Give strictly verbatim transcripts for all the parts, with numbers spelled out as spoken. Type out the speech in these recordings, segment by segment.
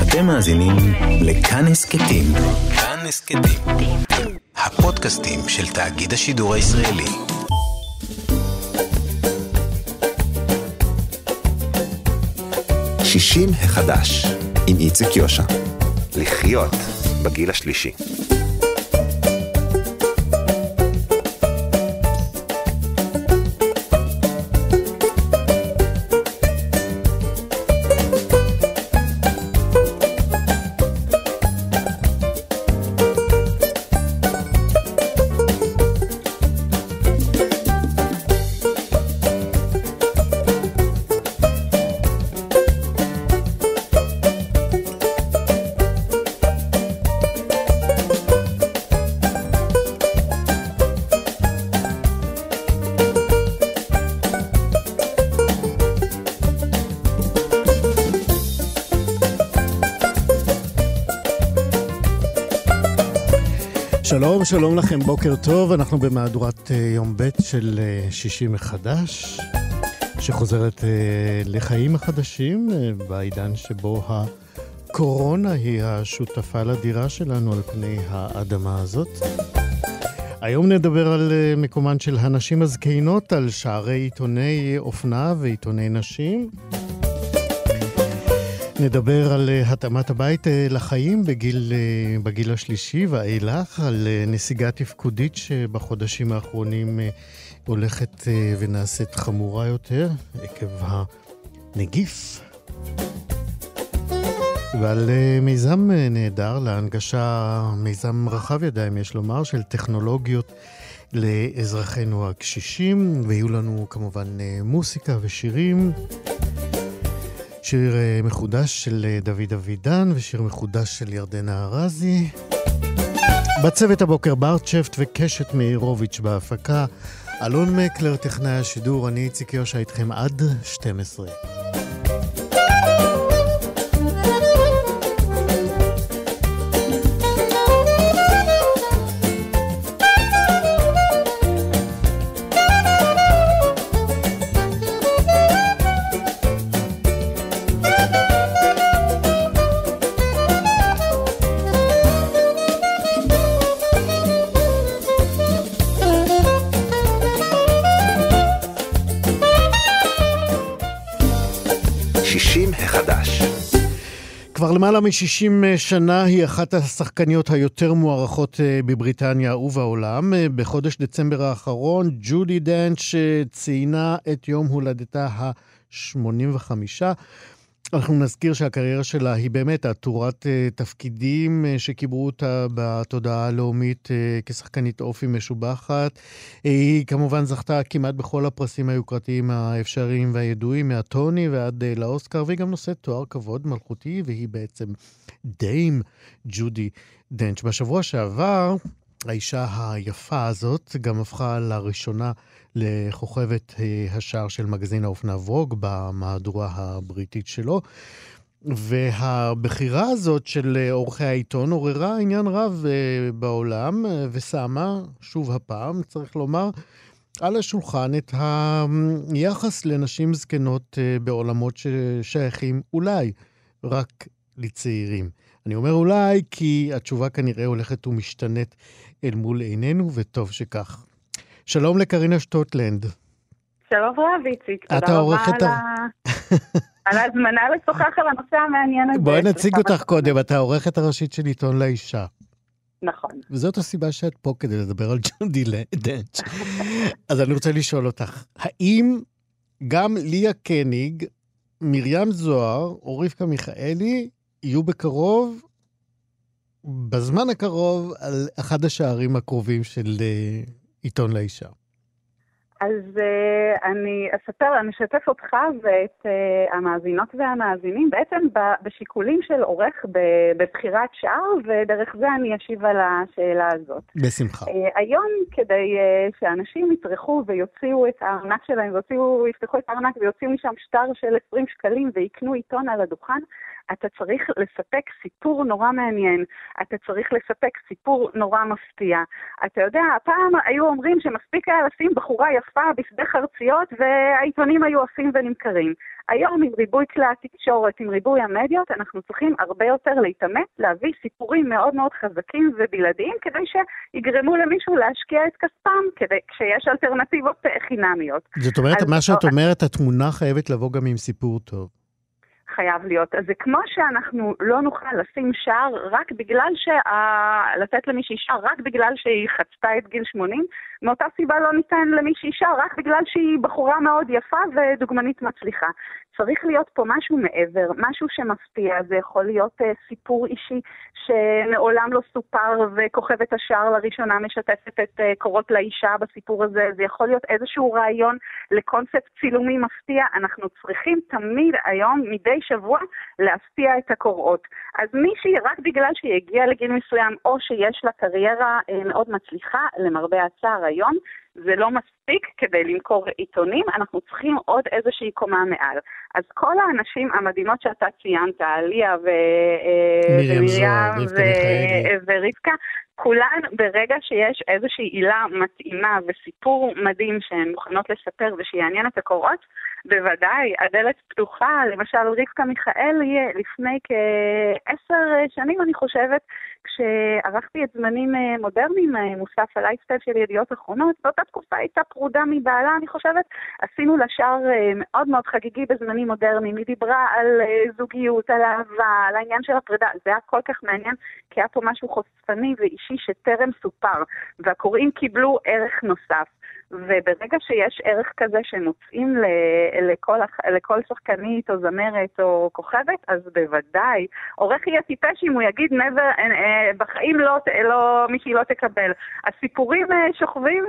אתם מאזינים לכאן הסכתים. כאן הסכתים. הפודקאסטים של תאגיד השידור הישראלי. שישים החדש עם איציק יושע. לחיות בגיל השלישי. שלום, שלום לכם, בוקר טוב. אנחנו במהדורת יום ב' של שישים מחדש, שחוזרת לחיים החדשים בעידן שבו הקורונה היא השותפה לדירה שלנו על פני האדמה הזאת. היום נדבר על מקומן של הנשים הזקנות, על שערי עיתוני אופנה ועיתוני נשים. נדבר על התאמת הבית לחיים בגיל, בגיל השלישי ואילך, על נסיגה תפקודית שבחודשים האחרונים הולכת ונעשית חמורה יותר עקב הנגיף. ועל מיזם נהדר להנגשה, מיזם רחב ידיים יש לומר, של טכנולוגיות לאזרחינו הקשישים, ויהיו לנו כמובן מוסיקה ושירים. שיר מחודש של דוד אבידן ושיר מחודש של ירדנה ארזי. בצוות הבוקר ברט שפט וקשת מאירוביץ' בהפקה. אלון מקלר טכנאי השידור, אני איציק יושע איתכם עד שתים עשרה. כבר למעלה מ-שישים שנה היא אחת השחקניות היותר מוערכות בבריטניה ובעולם. בחודש דצמבר האחרון ג'ודי דנץ' ציינה את יום הולדתה ה-שמונים וחמש. אנחנו נזכיר שהקריירה שלה היא באמת עטורת תפקידים שקיברו אותה בתודעה הלאומית כשחקנית אופי משובחת. היא כמובן זכתה כמעט בכל הפרסים היוקרתיים האפשריים והידועים, מהטוני ועד לאוסקר, והיא גם נושאת תואר כבוד מלכותי, והיא בעצם דיים ג'ודי דנץ'. בשבוע שעבר האישה היפה הזאת גם הפכה לראשונה לכוכבת השער של מגזין האופנה ווג במהדורה הבריטית שלו, והבחירה הזאת של עורכי העיתון עוררה עניין רב בעולם, ושמה שוב הפעם, צריך לומר, על השולחן את היחס לנשים זקנות בעולמות ששייכים אולי רק לצעירים. אני אומר אולי כי התשובה כנראה הולכת ומשתנית אל מול עינינו, וטוב שכך. שלום לקרינה שטוטלנד. שלום רב, איציק. תודה רבה על, ה... על ההזמנה לשוחח על הנושא המעניין הזה. בואי נציג אותך קודם, אתה העורכת הראשית של עיתון לאישה. נכון. וזאת הסיבה שאת פה כדי לדבר על ג'ודי דנץ'. אז אני רוצה לשאול אותך, האם גם ליה קניג, מרים זוהר או רבקה מיכאלי יהיו בקרוב, בזמן הקרוב, על אחד השערים הקרובים של עיתון לאישה? אז uh, אני אספר, אני אשתף אותך ואת uh, המאזינות והמאזינים בעצם ב- בשיקולים של עורך ב- בבחירת שער, ודרך זה אני אשיב על השאלה הזאת. בשמחה. Uh, היום כדי uh, שאנשים יטרחו ויוציאו את הארנק שלהם, ויוציאו, יפתחו את הארנק ויוציאו משם שטר של עשרים שקלים ויקנו עיתון על הדוכן, אתה צריך לספק סיפור נורא מעניין, אתה צריך לספק סיפור נורא מפתיע. אתה יודע, הפעם היו אומרים שמספיק היה לשים בחורה יפה מופע בשדה חרציות והעיתונים היו עפים ונמכרים. היום עם ריבוי כלי התקשורת, עם ריבוי המדיות, אנחנו צריכים הרבה יותר להתאמץ, להביא סיפורים מאוד מאוד חזקים ובלעדיים, כדי שיגרמו למישהו להשקיע את כספם, כדי, כשיש אלטרנטיבות חינמיות. זאת אומרת, אז, מה שאת אומרת, התמונה חייבת לבוא גם עם סיפור טוב. חייב להיות. אז זה כמו שאנחנו לא נוכל לשים שער רק בגלל שה... לתת למישהי שער רק בגלל שהיא חצתה את גיל שמונים, מאותה סיבה לא ניתן למישהי שער רק בגלל שהיא בחורה מאוד יפה ודוגמנית מצליחה. צריך להיות פה משהו מעבר, משהו שמפתיע, זה יכול להיות uh, סיפור אישי שמעולם לא סופר וכוכבת השער לראשונה משתפת את uh, קורות לאישה בסיפור הזה, זה יכול להיות איזשהו רעיון לקונספט צילומי מפתיע, אנחנו צריכים תמיד היום, מדי שבוע, להפתיע את הקוראות. אז מישהי רק בגלל שהיא הגיעה לגיל מסוים או שיש לה קריירה uh, מאוד מצליחה, למרבה הצער היום, זה לא מספיק כדי למכור עיתונים, אנחנו צריכים עוד איזושהי קומה מעל. אז כל האנשים המדהימות שאתה ציינת, ליה ומרים ורבקה, כולן ברגע שיש איזושהי עילה מתאימה וסיפור מדהים שהן מוכנות לספר ושיעניין את הקוראות, בוודאי, הדלת פתוחה. למשל, רבקה מיכאלי לפני כעשר שנים, אני חושבת, כשערכתי את זמנים מודרניים, מוסף הלייפסטייל של ידיעות אחרונות, באותה תקופה הייתה פרודה מבעלה, אני חושבת, עשינו לה שער מאוד מאוד חגיגי בזמנים מודרניים, היא דיברה על זוגיות, על אהבה, על העניין של הפרידה, זה היה כל כך מעניין, כי היה פה משהו חושפני ואישי שטרם סופר, והקוראים קיבלו ערך נוסף. וברגע שיש ערך כזה שמוצאים לכל, לכל שחקנית או זמרת או כוכבת, אז בוודאי, עורך יהיה טיפש אם הוא יגיד נבר, בחיים לא, לא, מישהי לא תקבל. הסיפורים שוכבים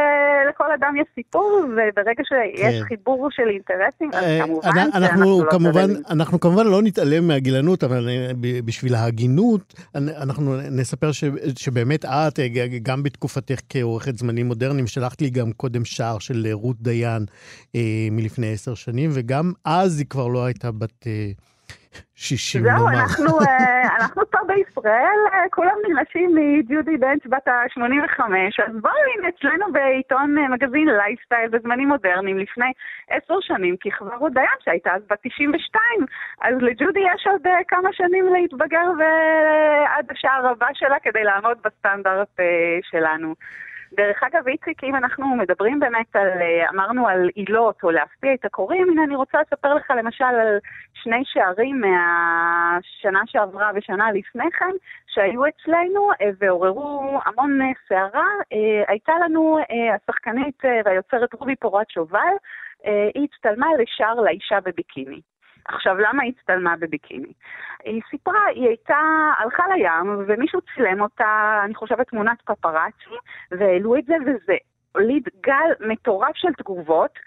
ולכל אדם יש סיפור, וברגע שיש חיבור של אינטרסים, אז כמובן אנחנו כמובן, אנחנו כמובן לא נתעלם מהגילנות, אבל בשביל ההגינות, אנחנו נספר שבאמת את, גם בתקופתך כעורכת זמנים מודרניים, שלחת לי גם קודם שער של רות דיין אה, מלפני עשר שנים, וגם אז היא כבר לא הייתה בת אה, שישים. זהו, אנחנו, אה, אנחנו פה בישראל, אה, כולם נרשים מג'ודי דנץ' בת ה-שמונים וחמש, אז בואו הנה אצלנו בעיתון אה, מגזין לייפסטייל בזמנים מודרניים לפני עשר שנים, כי כבר רות דיין שהייתה אז בת תשעים ושתיים, אז לג'ודי יש עוד אה, כמה שנים להתבגר ועד השער הבא שלה כדי לעמוד בסטנדרט אה, שלנו. דרך אגב, איציק, אם אנחנו מדברים באמת על, אמרנו על עילות או להפתיע את הקוראים, הנה אני רוצה לספר לך למשל על שני שערים מהשנה שעברה ושנה לפני כן, שהיו אצלנו ועוררו המון סערה. הייתה לנו השחקנית והיוצרת רובי פורט שובל, היא הצטלמה לשער לאישה בביקיני. עכשיו, למה היא הצטלמה בביקיני? היא סיפרה, היא הייתה, הלכה לים, ומישהו צילם אותה, אני חושבת, תמונת פפראצי, והעלו את זה, וזה הוליד גל מטורף של תגובות,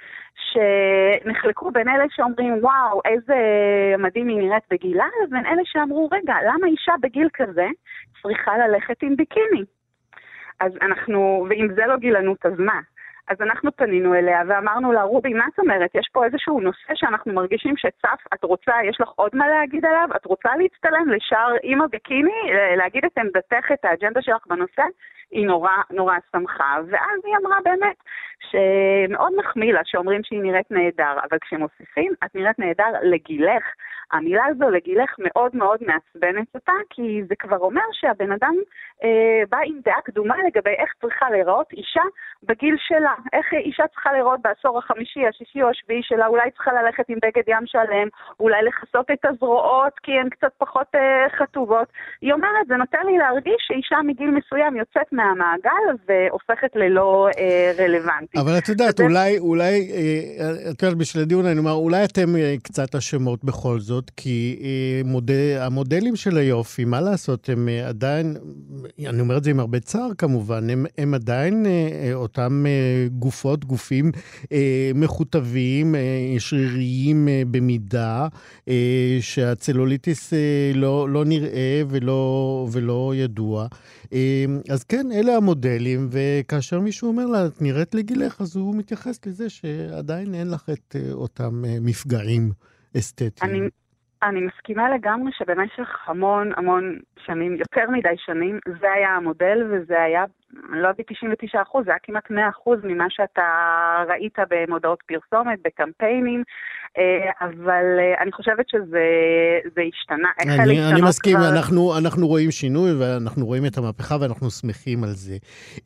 שנחלקו בין אלה שאומרים, וואו, איזה מדהים היא נראית בגילה, ובין אלה שאמרו, רגע, למה אישה בגיל כזה צריכה ללכת עם ביקיני? אז אנחנו, ואם זה לא גילנות, אז מה? אז אנחנו פנינו אליה ואמרנו לה, רובי, מה את אומרת? יש פה איזשהו נושא שאנחנו מרגישים שצף, את רוצה, יש לך עוד מה להגיד עליו? את רוצה להצטלם לשער עם הביקיני, להגיד את עמדתך, את האג'נדה שלך בנושא? היא נורא, נורא שמחה. ואז היא אמרה באמת שמאוד מחמיא לה שאומרים שהיא נראית נהדר, אבל כשמוסיפים, את נראית נהדר לגילך. המילה הזו לגילך מאוד מאוד מעצבנת אותה, כי זה כבר אומר שהבן אדם אה, בא עם דעה קדומה לגבי איך צריכה להיראות אישה בגיל שלה. איך אישה צריכה להיראות בעשור החמישי, השישי או השביעי שלה, אולי צריכה ללכת עם בגד ים שלם, אולי לחסות את הזרועות כי הן קצת פחות אה, חטובות. היא אומרת, זה נותן לי להרגיש שאישה מגיל מסוים יוצאת מהמעגל והופכת ללא אה, רלוונטית. אבל את יודעת, זה... אולי, אולי, אה, את יודעת, בשביל הדיון אני אומר, אולי אתם אה, קצת אשמות בכל זאת, כי אה, מודל, המודלים של היופי, מה לעשות, הם אה, עדיין, אני אומר את זה עם הרבה צער כמובן, הם, הם עדיין אה, אותם אה, גופות, גופים אה, מחוטבים, אה, שריריים אה, במידה, אה, שהצלוליטיס אה, לא, לא נראה ולא, ולא ידוע. אה, אז כן, אלה המודלים, וכאשר מישהו אומר לה, את נראית לגילך, אז הוא מתייחס לזה שעדיין אין לך את אה, אותם אה, מפגעים אסתטיים. אני... אני מסכימה לגמרי שבמשך המון המון שנים, יותר מדי שנים, זה היה המודל וזה היה לא יודעת תשעים ותשעה אחוז, זה היה כמעט מאה אחוז ממה שאתה ראית במודעות פרסומת, בקמפיינים, אבל אני חושבת שזה זה השתנה. אני, אני מסכים, כבר... אנחנו, אנחנו רואים שינוי, ואנחנו רואים את המהפכה, ואנחנו שמחים על זה.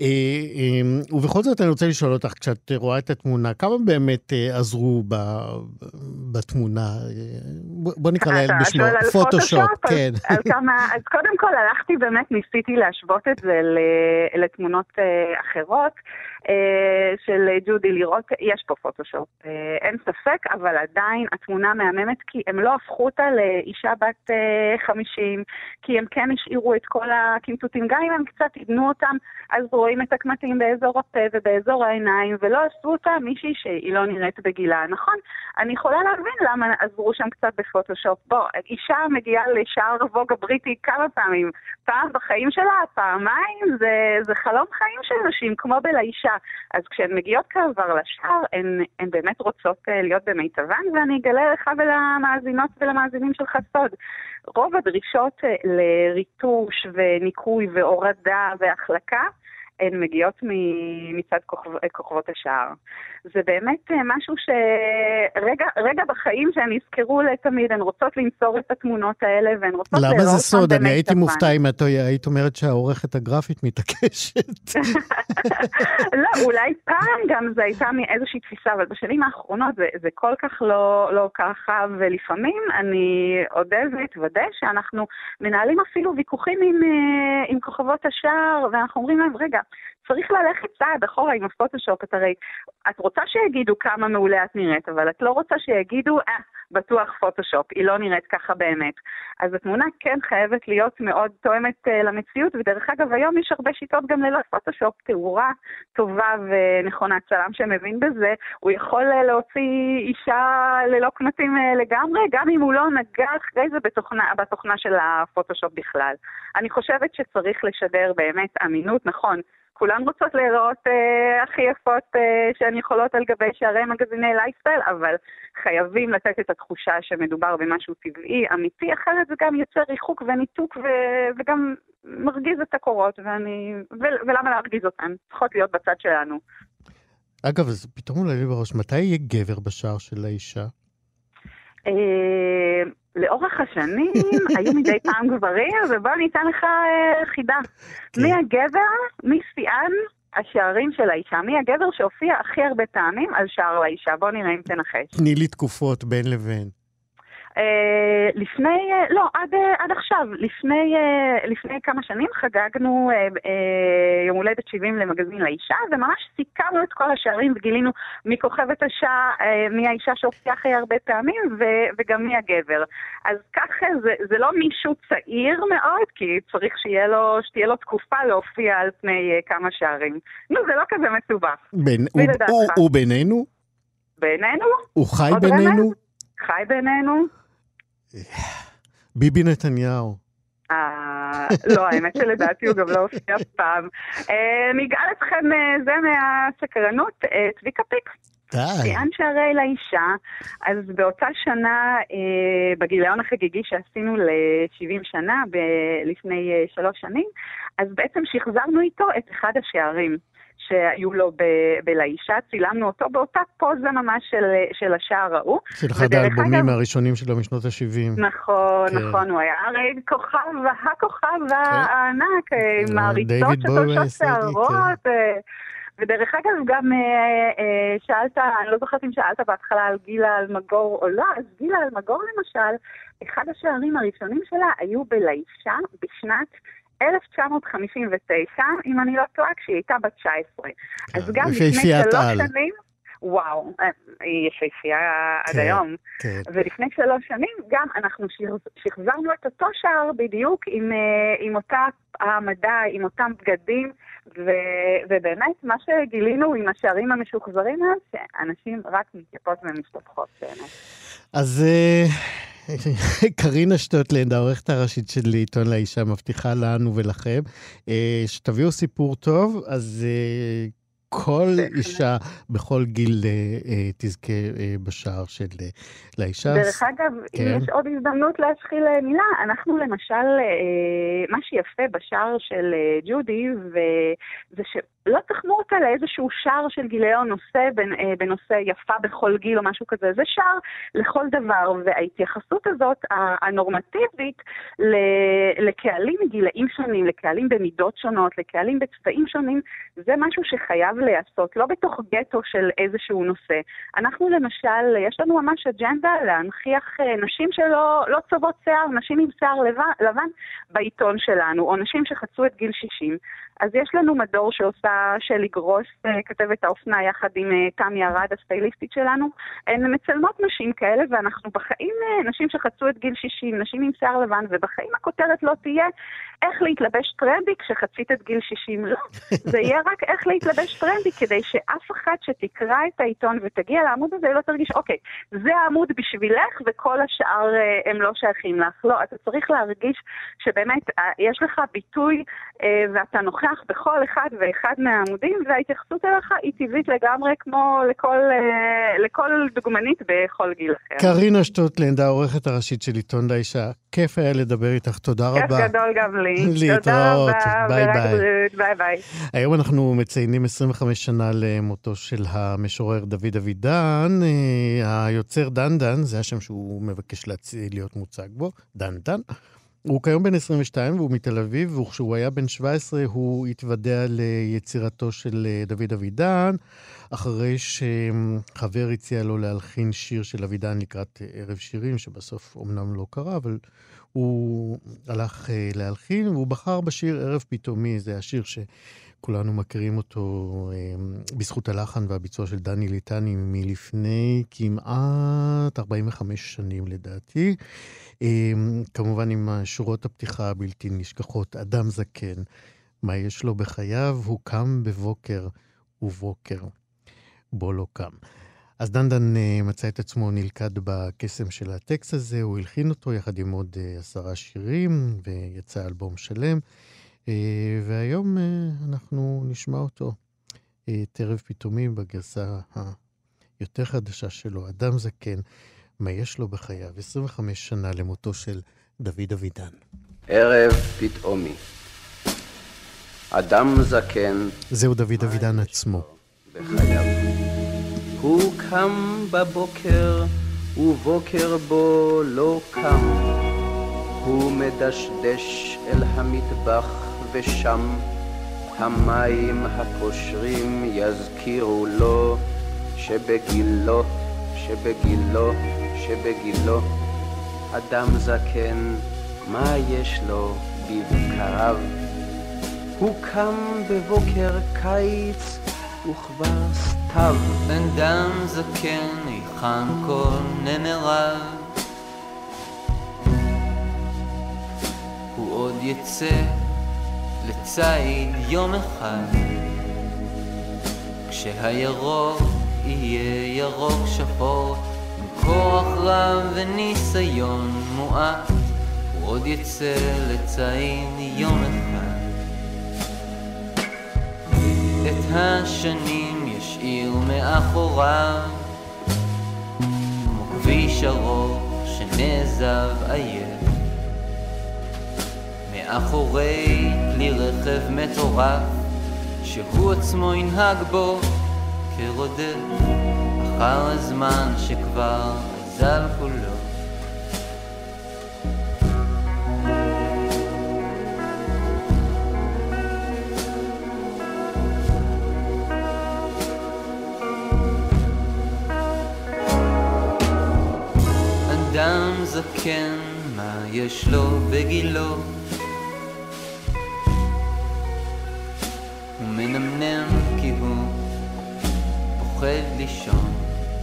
ובכל זאת אני רוצה לשאול אותך, כשאת רואה את התמונה, כמה באמת עזרו ב, בתמונה? בוא נקרא להם בשמו, פוטושופ, כן. על, על כמה, אז קודם כל הלכתי באמת, ניסיתי להשוות את זה לתמונות אחרות, של ג'ודי, לראות, יש פה פוטושופ, אין ספק, אבל עדיין התמונה מהממת, כי הם לא הפכו אותה לאישה בת חמישים, כי הם כן השאירו את כל הקמטוטים, גם אם הם קצת עדנו אותם, אז רואים את הקמטים באזור הפה ובאזור העיניים, ולא עשו אותה מישהי שהיא לא נראית בגילה. נכון, אני יכולה להבין למה עזרו שם קצת בפוטושופ. בוא, אישה מגיעה לשער ווג הבריטי כמה פעמים, פעם בחיים שלה, פעמיים, זה, זה חלום חיים של נשים, כמו בלאישה. אז כשהן מגיעות כבר לשער, הן, הן באמת רוצות להיות במיטבן, ואני אגלה לך ולמאזינות ולמאזינים שלך סוד. רוב הדרישות לריטוש וניקוי והורדה והחלקה, הן מגיעות מצד כוכב, כוכבות השער. זה באמת משהו שרגע רגע בחיים שהן יזכרו לתמיד, הן רוצות למסור את התמונות האלה, והן רוצות לראות... למה זה סוד? אני הייתי מופתע אם את היית אומרת שהעורכת הגרפית מתעקשת. לא, אולי פעם גם זה הייתה מאיזושהי תפיסה, אבל בשנים האחרונות זה, זה כל כך לא, לא ככה, ולפעמים אני עודה והתוודא שאנחנו מנהלים אפילו ויכוחים עם, עם כוכבות השער, ואנחנו אומרים להם, רגע, צריך ללכת צעד אחורה עם הפוטושופ, את הרי, את רוצה שיגידו כמה מעולה את נראית, אבל את לא רוצה שיגידו, אה, בטוח פוטושופ, היא לא נראית ככה באמת. אז התמונה כן חייבת להיות מאוד תואמת uh, למציאות, ודרך אגב היום יש הרבה שיטות גם ללא פוטושופ, תאורה טובה ונכונה, צלם שמבין בזה, הוא יכול uh, להוציא אישה ללא קמטים uh, לגמרי, גם אם הוא לא נגע אחרי זה בתוכנה, בתוכנה של הפוטושופ בכלל. אני חושבת שצריך לשדר באמת אמינות, נכון, כולן רוצות להיראות אה, הכי יפות אה, שהן יכולות על גבי שערי מגזיני לייפסטייל, אבל חייבים לתת את התחושה שמדובר במשהו טבעי, אמיתי, אחרת זה גם יוצר ריחוק וניתוק ו- וגם מרגיז את הקורות, ואני... ו- ולמה להרגיז אותן? צריכות להיות בצד שלנו. אגב, אז פתאום עולה לי בראש, מתי יהיה גבר בשער של האישה? אה... לאורך השנים היו מדי פעם גברים, ובוא ניתן לך חידה. מי הגבר, מי שיאן השערים של האישה? מי הגבר שהופיע הכי הרבה פעמים על שער לאישה? בוא נראה אם תנחש. תני לי תקופות בין לבין. לפני, לא, עד, עד עכשיו, לפני, לפני כמה שנים חגגנו יום הולדת שבעים למגזין לאישה, וממש סיכמנו את כל השערים וגילינו מי כוכבת השעה, מי האישה שהופיעה הכי הרבה פעמים, וגם מי הגבר. אז ככה זה, זה לא מישהו צעיר מאוד, כי צריך שיהיה לו, שתהיה לו תקופה להופיע על פני כמה שערים. נו, זה לא כזה מסובך. בין, הוא, הוא, הוא בינינו? בינינו? הוא חי בינינו? חי בינינו? ביבי נתניהו. לא, האמת שלדעתי הוא גם לא הופיע אף פעם. נגאל אתכם זה מהסקרנות, צביקה פיק. שיאן שערי לאישה. אז באותה שנה, בגיליון החגיגי שעשינו ל-שבעים שנה, לפני שלוש שנים, אז בעצם שחזרנו איתו את אחד השערים שהיו לו ב- בלאישה, צילמנו אותו באותה פוזה ממש של, של השער ההוא. של אחד האלבומים הראשונים שלו משנות ה-שבעים. נכון, כן. נכון, הוא היה הרי כוכב, הכוכב כן. הענק, עם הריצות שתולשות שערות, כן. ודרך אגב גם שאלת, אני לא זוכרת אם שאלת בהתחלה על גילה אלמגור או לא, אז גילה אלמגור למשל, אחד השערים הראשונים שלה היו בלאישה בשנת אלף תשע מאות חמישים ותשע, אם אני לא טועה, כשהיא הייתה בת תשע עשרה. אז גם לפני שלוש שנים, וואו, היא יפהפייה עד היום. ולפני שלוש שנים גם אנחנו שחזרנו את אותו שער בדיוק עם אותה העמדה, עם אותם בגדים, ובאמת מה שגילינו עם השערים המשוחזרים, שאנשים רק מתייפות ומשתפחות באמת. אז... קרינה שטוטלנד, העורכת הראשית של עיתון לאישה, מבטיחה לנו ולכם שתביאו סיפור טוב, אז כל אישה בכל גיל תזכה בשער של לאישה. דרך אגב, אם יש עוד הזדמנות להשחיל מילה, אנחנו למשל, מה שיפה בשער של ג'ודי, זה שלא תחמו אותה לאיזשהו שער של גיליון נושא, בנושא יפה בכל גיל או משהו כזה, זה שער לכל דבר, וההתייחסות הזאת, הנורמטיבית, לקהלים מגילאים שונים, לקהלים במידות שונות, לקהלים בצבעים שונים, זה משהו שחייב לעשות, לא בתוך גטו של איזשהו נושא. אנחנו למשל, יש לנו ממש אג'נדה להנכיח נשים שלא לא צוות שיער, נשים עם שיער לבן, לבן בעיתון שלנו, או נשים שחצו את גיל שישים. אז יש לנו מדור שעושה שלי גרוס, כתבת האופנה יחד עם תמי ארד, הסטייליסטית שלנו. הן מצלמות נשים כאלה, ואנחנו בחיים נשים שחצו את גיל שישים, נשים עם שיער לבן, ובחיים הכותרת לא תהיה איך להתלבש טרנדי כשחצית את גיל שישים. לא, זה יהיה רק איך להתלבש טרנדי, כדי שאף אחת שתקרא את העיתון ותגיע לעמוד הזה, לא תרגיש, אוקיי, זה העמוד בשבילך, וכל השאר הם לא שייכים לך. לא, אתה צריך להרגיש שבאמת יש לך ביטוי, ואתה נוכח בכל אחד ואחד מהעמודים, וההתייחסות אליך היא טבעית לגמרי כמו לכל, לכל דוגמנית בכל גיל אחר. קרינה שטוטלנד, העורכת הראשית של עיתון לאישה, כיף היה לדבר איתך, תודה רבה. כיף גדול גם לי. להתראות, ביי ביי. ביי ביי. היום אנחנו מציינים עשרים וחמש שנה למותו של המשורר דוד אבידן, היוצר דנדן, זה השם שהוא מבקש להיות מוצג בו, דנדן. הוא כיום בן עשרים ושתיים והוא מתל אביב, וכשהוא היה בן שבע עשרה הוא התוודע ליצירתו של דוד אבידן, אחרי שחבר הציע לו להלחין שיר של אבידן לקראת ערב שירים, שבסוף אומנם לא קרה, אבל הוא הלך להלחין, והוא בחר בשיר ערב פתאומי, זה השיר שכולנו מכירים אותו בזכות הלחן והביצוע של דני ליטני מלפני כמעט ארבעים וחמש שנים לדעתי. כמובן עם שורות הפתיחה הבלתי נשכחות, אדם זקן, מה יש לו בחייו, הוא קם בבוקר ובוקר בו לא קם. אז דנדן מצא את עצמו נלכד בקסם של הטקסט הזה, הוא הלחין אותו יחד עם עוד עשרה שירים, ויצא אלבום שלם, והיום אנחנו נשמע אותו, ערב פתאומי בגרסה היותר חדשה שלו, אדם זקן, מה יש לו בחייו, עשרים וחמש שנה למותו של דוד אבידן. ערב פתאומי, אדם זקן, זהו דוד אבידן עצמו. בחייו. הוא קם בבוקר, ובוקר בו לא קם. הוא מדשדש אל המטבח, ושם המים הפושרים יזכירו לו שבגילו, שבגילו, שבגילו אדם זקן, מה יש לו בבקריו? הוא קם בבוקר קיץ וכבר סתיו. אדם זקן היכן כל נמריו, הוא עוד יצא לציד יום אחד, כשהירוק יהיה ירוק שחור, עם כוח רב וניסיון מועט, הוא עוד יצא לציד יום אחד. את השנים ישאיר מאחוריו, כמו כביש ארוך שנעזב עייף, מאחורי כלי רכב מטורף, שהוא עצמו ינהג בו כרודף אחר הזמן שכבר אזל כולו. אדם זקן, מה יש לו בגילו? הוא מנמנם כי הוא פוחד לישון.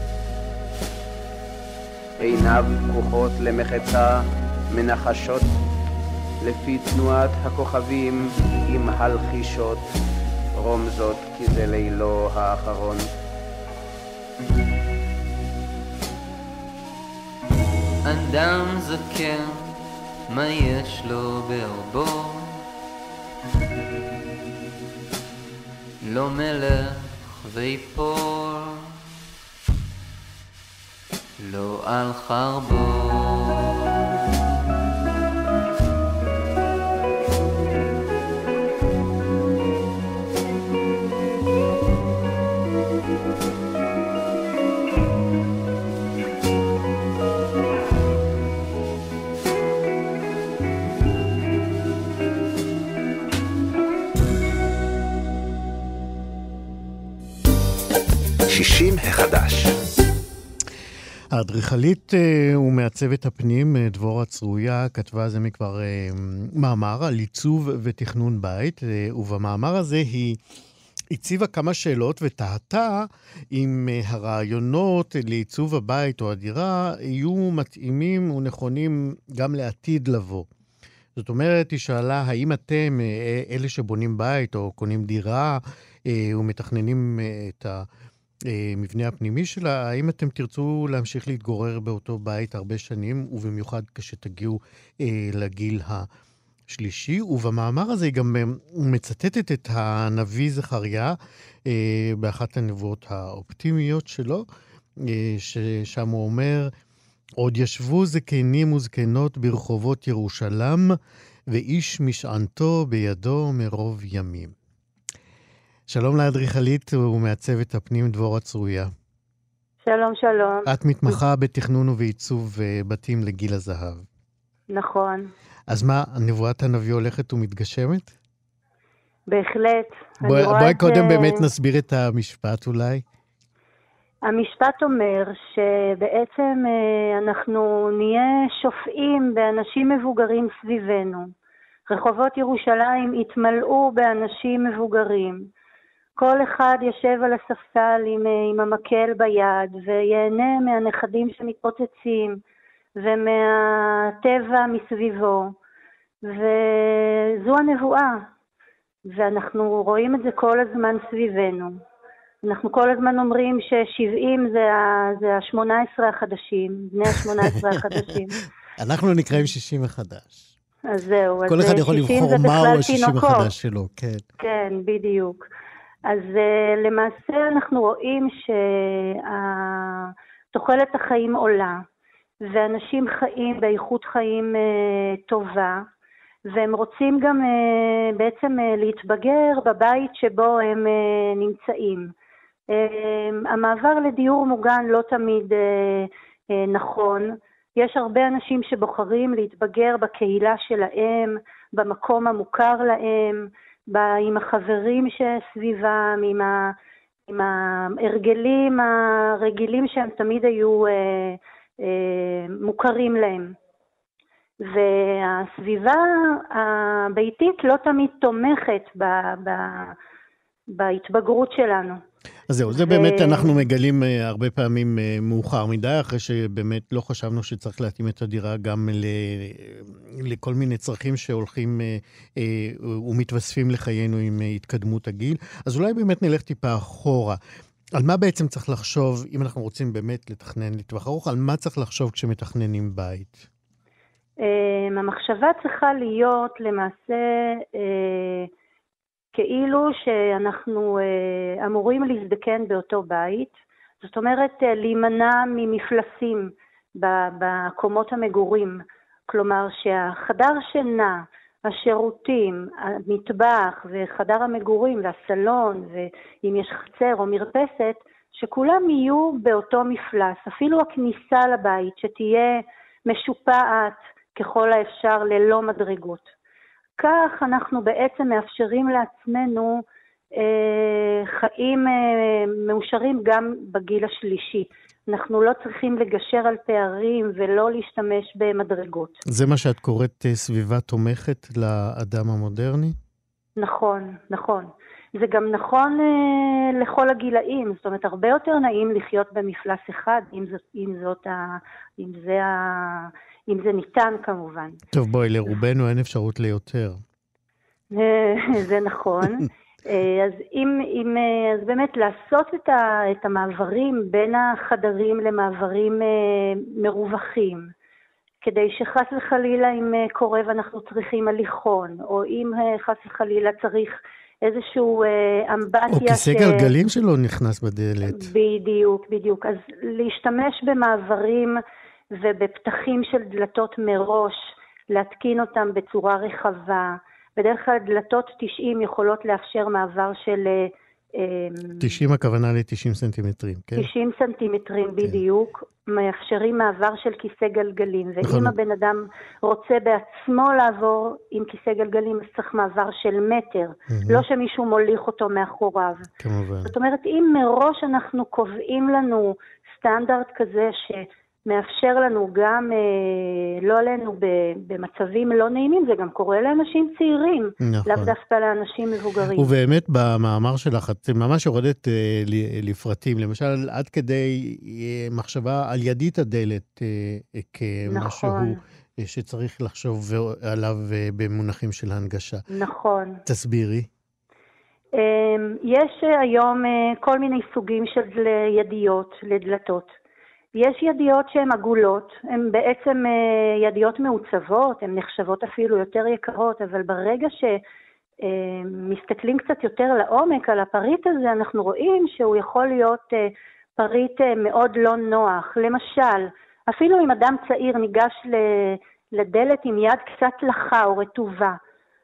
עיניו פקוחות למחצה מנחשות, לפי תנועת הכוכבים עם הלחישות, רומזות כי זה לילו האחרון. אדם זקן, מה יש לו בערבו? לא מלך ויפול לא על חרבו. שישים החדש. האדריכלית ומעצבת הפנים דבורה צרויה כתבה זה מכבר מאמר על עיצוב ותכנון בית, ובמאמר הזה היא הציבה כמה שאלות ותהתה אם הרעיונות לעיצוב הבית או הדירה יהיו מתאימים ונכונים גם לעתיד לבוא. זאת אומרת, היא שאלה, האם אתם, אלה שבונים בית או קונים דירה ומתכננים את המבנה הפנימי שלה, האם אתם תרצו להמשיך להתגורר באותו בית הרבה שנים, ובמיוחד כשתגיעו לגיל השלישי? ובמאמר הזה היא גם מצטטת את הנביא זכריה באחת הנבואות האופטימיות שלו, ששם הוא אומר, עוד ישבו זקנים וזקנות ברחובות ירושלם, ואיש משענתו בידו מרוב ימים. שלום לאדריכלית ומעצבת הפנים דבורה צרויה. שלום, שלום. את מתמחה בתכנון ובעיצוב בתים לגיל הזהב. נכון. אז מה, נבואת הנביא הולכת ומתגשמת? בהחלט. בואי בוא קודם זה... באמת נסביר את המשפט אולי. המשפט אומר שבעצם אנחנו נהיה שופעים באנשים מבוגרים סביבנו. רחובות ירושלים התמלאו באנשים מבוגרים. כל אחד יושב על הספסל עם, עם המקל ביד ויהנה מהנכדים שמתפוצצים ומהטבע מסביבו. וזו הנבואה. ואנחנו רואים את זה כל הזמן סביבנו. אנחנו כל הזמן אומרים ש-שבעים זה, ה- זה ה-שמונה עשרה החדשים, בני ה-שמונה עשרה החדשים. אנחנו נקראים שישים החדש. אז זהו. כל אז אחד יכול לבחור מהו ה-שישים החדש שלו, כן. כן, בדיוק. אז uh, למעשה אנחנו רואים שתוחלת החיים עולה, ואנשים חיים באיכות חיים uh, טובה, והם רוצים גם uh, בעצם uh, להתבגר בבית שבו הם uh, נמצאים. Uh, המעבר לדיור מוגן לא תמיד uh, uh, נכון. יש הרבה אנשים שבוחרים להתבגר בקהילה שלהם, במקום המוכר להם, עם החברים שסביבם, עם, ה, עם ההרגלים הרגילים שהם תמיד היו אה, אה, מוכרים להם. והסביבה הביתית לא תמיד תומכת ב, ב, בהתבגרות שלנו. אז זהו, זה באמת אנחנו מגלים הרבה פעמים מאוחר מדי, אחרי שבאמת לא חשבנו שצריך להתאים את הדירה גם לכל מיני צרכים שהולכים ומתווספים לחיינו עם התקדמות הגיל. אז אולי באמת נלך טיפה אחורה. על מה בעצם צריך לחשוב, אם אנחנו רוצים באמת לתכנן לטווח ארוך, על מה צריך לחשוב כשמתכננים בית? המחשבה צריכה להיות למעשה כאילו שאנחנו אה, אמורים להזדקן באותו בית, זאת אומרת אה, להימנע ממפלסים בקומות המגורים, כלומר שהחדר שינה, השירותים, המטבח וחדר המגורים והסלון, ואם יש חצר או מרפסת, שכולם יהיו באותו מפלס, אפילו הכניסה לבית שתהיה משופעת ככל האפשר ללא מדרגות. כך אנחנו בעצם מאפשרים לעצמנו אה, חיים אה, מאושרים גם בגיל השלישי. אנחנו לא צריכים לגשר על פערים ולא להשתמש במדרגות. זה מה שאת קוראת סביבה תומכת לאדם המודרני? נכון, נכון. זה גם נכון אה, לכל הגילאים. זאת אומרת, הרבה יותר נעים לחיות במפלס אחד, אם זאת, אם זאת ה, אם זה ה... אם זה ניתן כמובן. טוב, בואי, לרובנו אין אפשרות ליותר. זה נכון. אז, אם, אם, אז באמת לעשות את, ה, את המעברים בין החדרים למעברים מרווחים, כדי שחס וחלילה אם קורה ואנחנו צריכים הליכון, או אם חס וחלילה צריך איזשהו אה, אמבטיה או כיסא ש... גלגלים שלו נכנס בדלת. בדיוק, בדיוק. אז להשתמש במעברים ובפתחים של דלתות מראש, להתקין אותם בצורה רחבה. בדרך כלל דלתות תשעים יכולות לאפשר מעבר של... תשעים הכוונה ל-תשעים סנטימטרים, כן? תשעים סנטימטרים בדיוק, מאפשרים מעבר של כיסא גלגלים, ואם הבן אדם רוצה בעצמו לעבור עם כיסא גלגלים, אז צריך מעבר של מטר, לא שמישהו מוליך אותו מאחוריו. כמובן. זאת אומרת, אם מראש אנחנו קובעים לנו סטנדרט כזה ש... מאפשר לנו גם, אה, לא עלינו, במצבים לא נעימים, זה גם קורה לאנשים צעירים, נכון. לאו דווקא לאנשים מבוגרים. ובאמת במאמר שלך, את ממש יורדת אה, לפרטים, למשל עד כדי אה, מחשבה על ידית הדלת, אה, כמשהו נכון. אה, שצריך לחשוב עליו אה, במונחים של הנגשה. נכון. תסבירי. אה, יש היום אה, כל מיני סוגים של ידיות לדלתות. יש ידיות שהן עגולות, הן בעצם ידיות מעוצבות, הן נחשבות אפילו יותר יקרות, אבל ברגע שמסתכלים קצת יותר לעומק על הפריט הזה, אנחנו רואים שהוא יכול להיות פריט מאוד לא נוח. למשל, אפילו אם אדם צעיר ניגש לדלת עם יד קצת לחה או רטובה,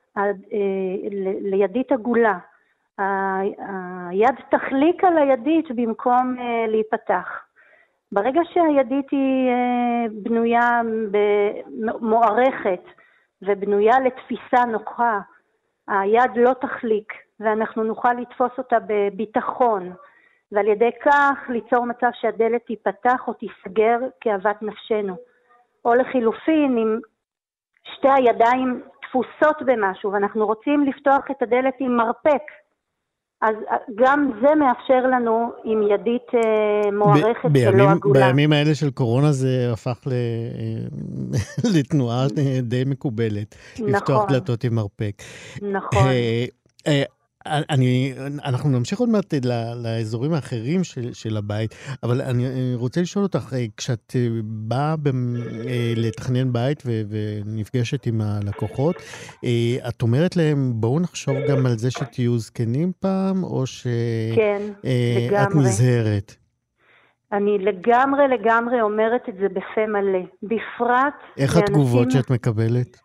לידית עגולה, היד תחליק על הידית במקום להיפתח. ברגע שהידית היא בנויה מוערכת ובנויה לתפיסה נוחה, היד לא תחליק ואנחנו נוכל לתפוס אותה בביטחון, ועל ידי כך ליצור מצב שהדלת תיפתח או תסגר כאוות נפשנו. או לחילופין, אם שתי הידיים תפוסות במשהו ואנחנו רוצים לפתוח את הדלת עם מרפק, אז גם זה מאפשר לנו עם ידית אה, מוערכת ב- שלא עגולה. בימים האלה של קורונה זה הפך ל... לתנועה די מקובלת. נכון. לפתוח דלתות עם מרפק. נכון. אה, אה, אני, אנחנו נמשיך עוד מעט לאזורים האחרים של, של הבית, אבל אני רוצה לשאול אותך, כשאת באה לתכנן בית ו, ונפגשת עם הלקוחות, את אומרת להם, בואו נחשוב גם על זה שתהיו זקנים פעם, או שאת כן, נזהרת? אני לגמרי לגמרי אומרת את זה בפה מלא, בפרט... איך התגובות שאת מקבלת?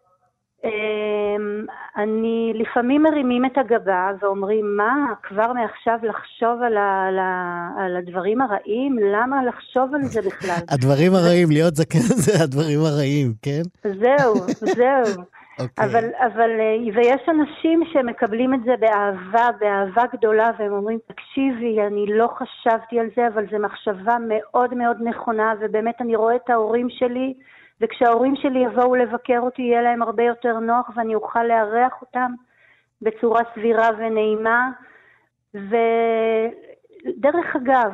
אני לפעמים מרימים את הגבה ואומרים, מה, כבר מעכשיו לחשוב על, ה, על, ה, על הדברים הרעים? למה לחשוב על זה בכלל? הדברים הרעים, להיות זקן זה הדברים הרעים, כן? זהו, זהו. Okay. אבל, אבל, ויש אנשים שמקבלים את זה באהבה, באהבה גדולה, והם אומרים, תקשיבי, אני לא חשבתי על זה, אבל זו מחשבה מאוד מאוד נכונה, ובאמת אני רואה את ההורים שלי, וכשההורים שלי יבואו לבקר אותי, יהיה להם הרבה יותר נוח, ואני אוכל לארח אותם בצורה סבירה ונעימה. ודרך אגב,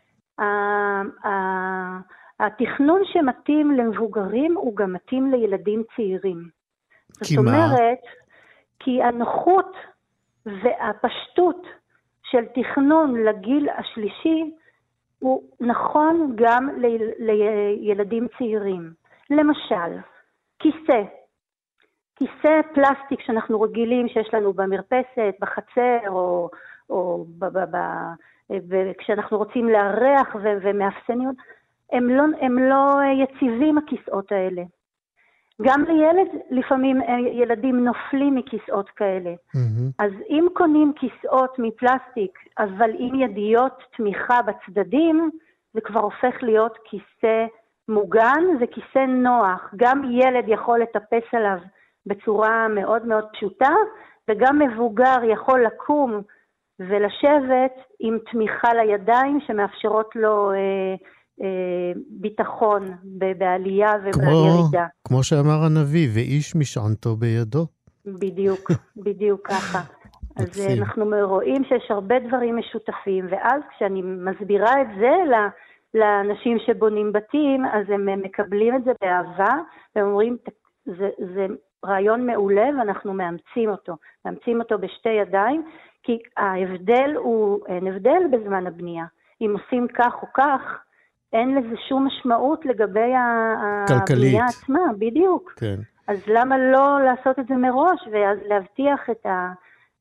התכנון שמתאים למבוגרים, הוא גם מתאים לילדים צעירים. זאת אומרת, כי הנוחות והפשטות של תכנון לגיל השלישי, הוא נכון גם לילדים צעירים. למשל, כיסא. כיסא פלסטיק שאנחנו רגילים שיש לנו במרפסת, בחצר, או, או ב, ב, ב, וכשאנחנו רוצים לארח ו, ומאפסניות, הם לא, הם לא יציבים הכיסאות האלה. גם לילד, לפעמים ילדים נופלים מכיסאות כאלה. Mm-hmm. אז אם קונים כיסאות מפלסטיק, אבל עם ידיות תמיכה בצדדים, זה כבר הופך להיות כיסא מוגן וכיסא נוח. גם ילד יכול לטפס עליו בצורה מאוד מאוד פשוטה, וגם מבוגר יכול לקום ולשבת עם תמיכה לידיים שמאפשרות לו אה, אה, ביטחון בעלייה ובירידה. כמו שאמר הנביא, ואיש משענתו בידו. בדיוק, בדיוק ככה. אז אנחנו רואים שיש הרבה דברים משותפים, ואז כשאני מסבירה את זה לאנשים שבונים בתים, אז הם מקבלים את זה באהבה, והם אומרים, זה, זה רעיון מעולה, ואנחנו מאמצים אותו. מאמצים אותו בשתי ידיים, כי ההבדל הוא, אין הבדל בזמן הבנייה. אם עושים כך או כך, אין לזה שום משמעות לגבי הבנייה עצמה, בדיוק. כן. אז למה לא לעשות את זה מראש, ואז להבטיח את ה...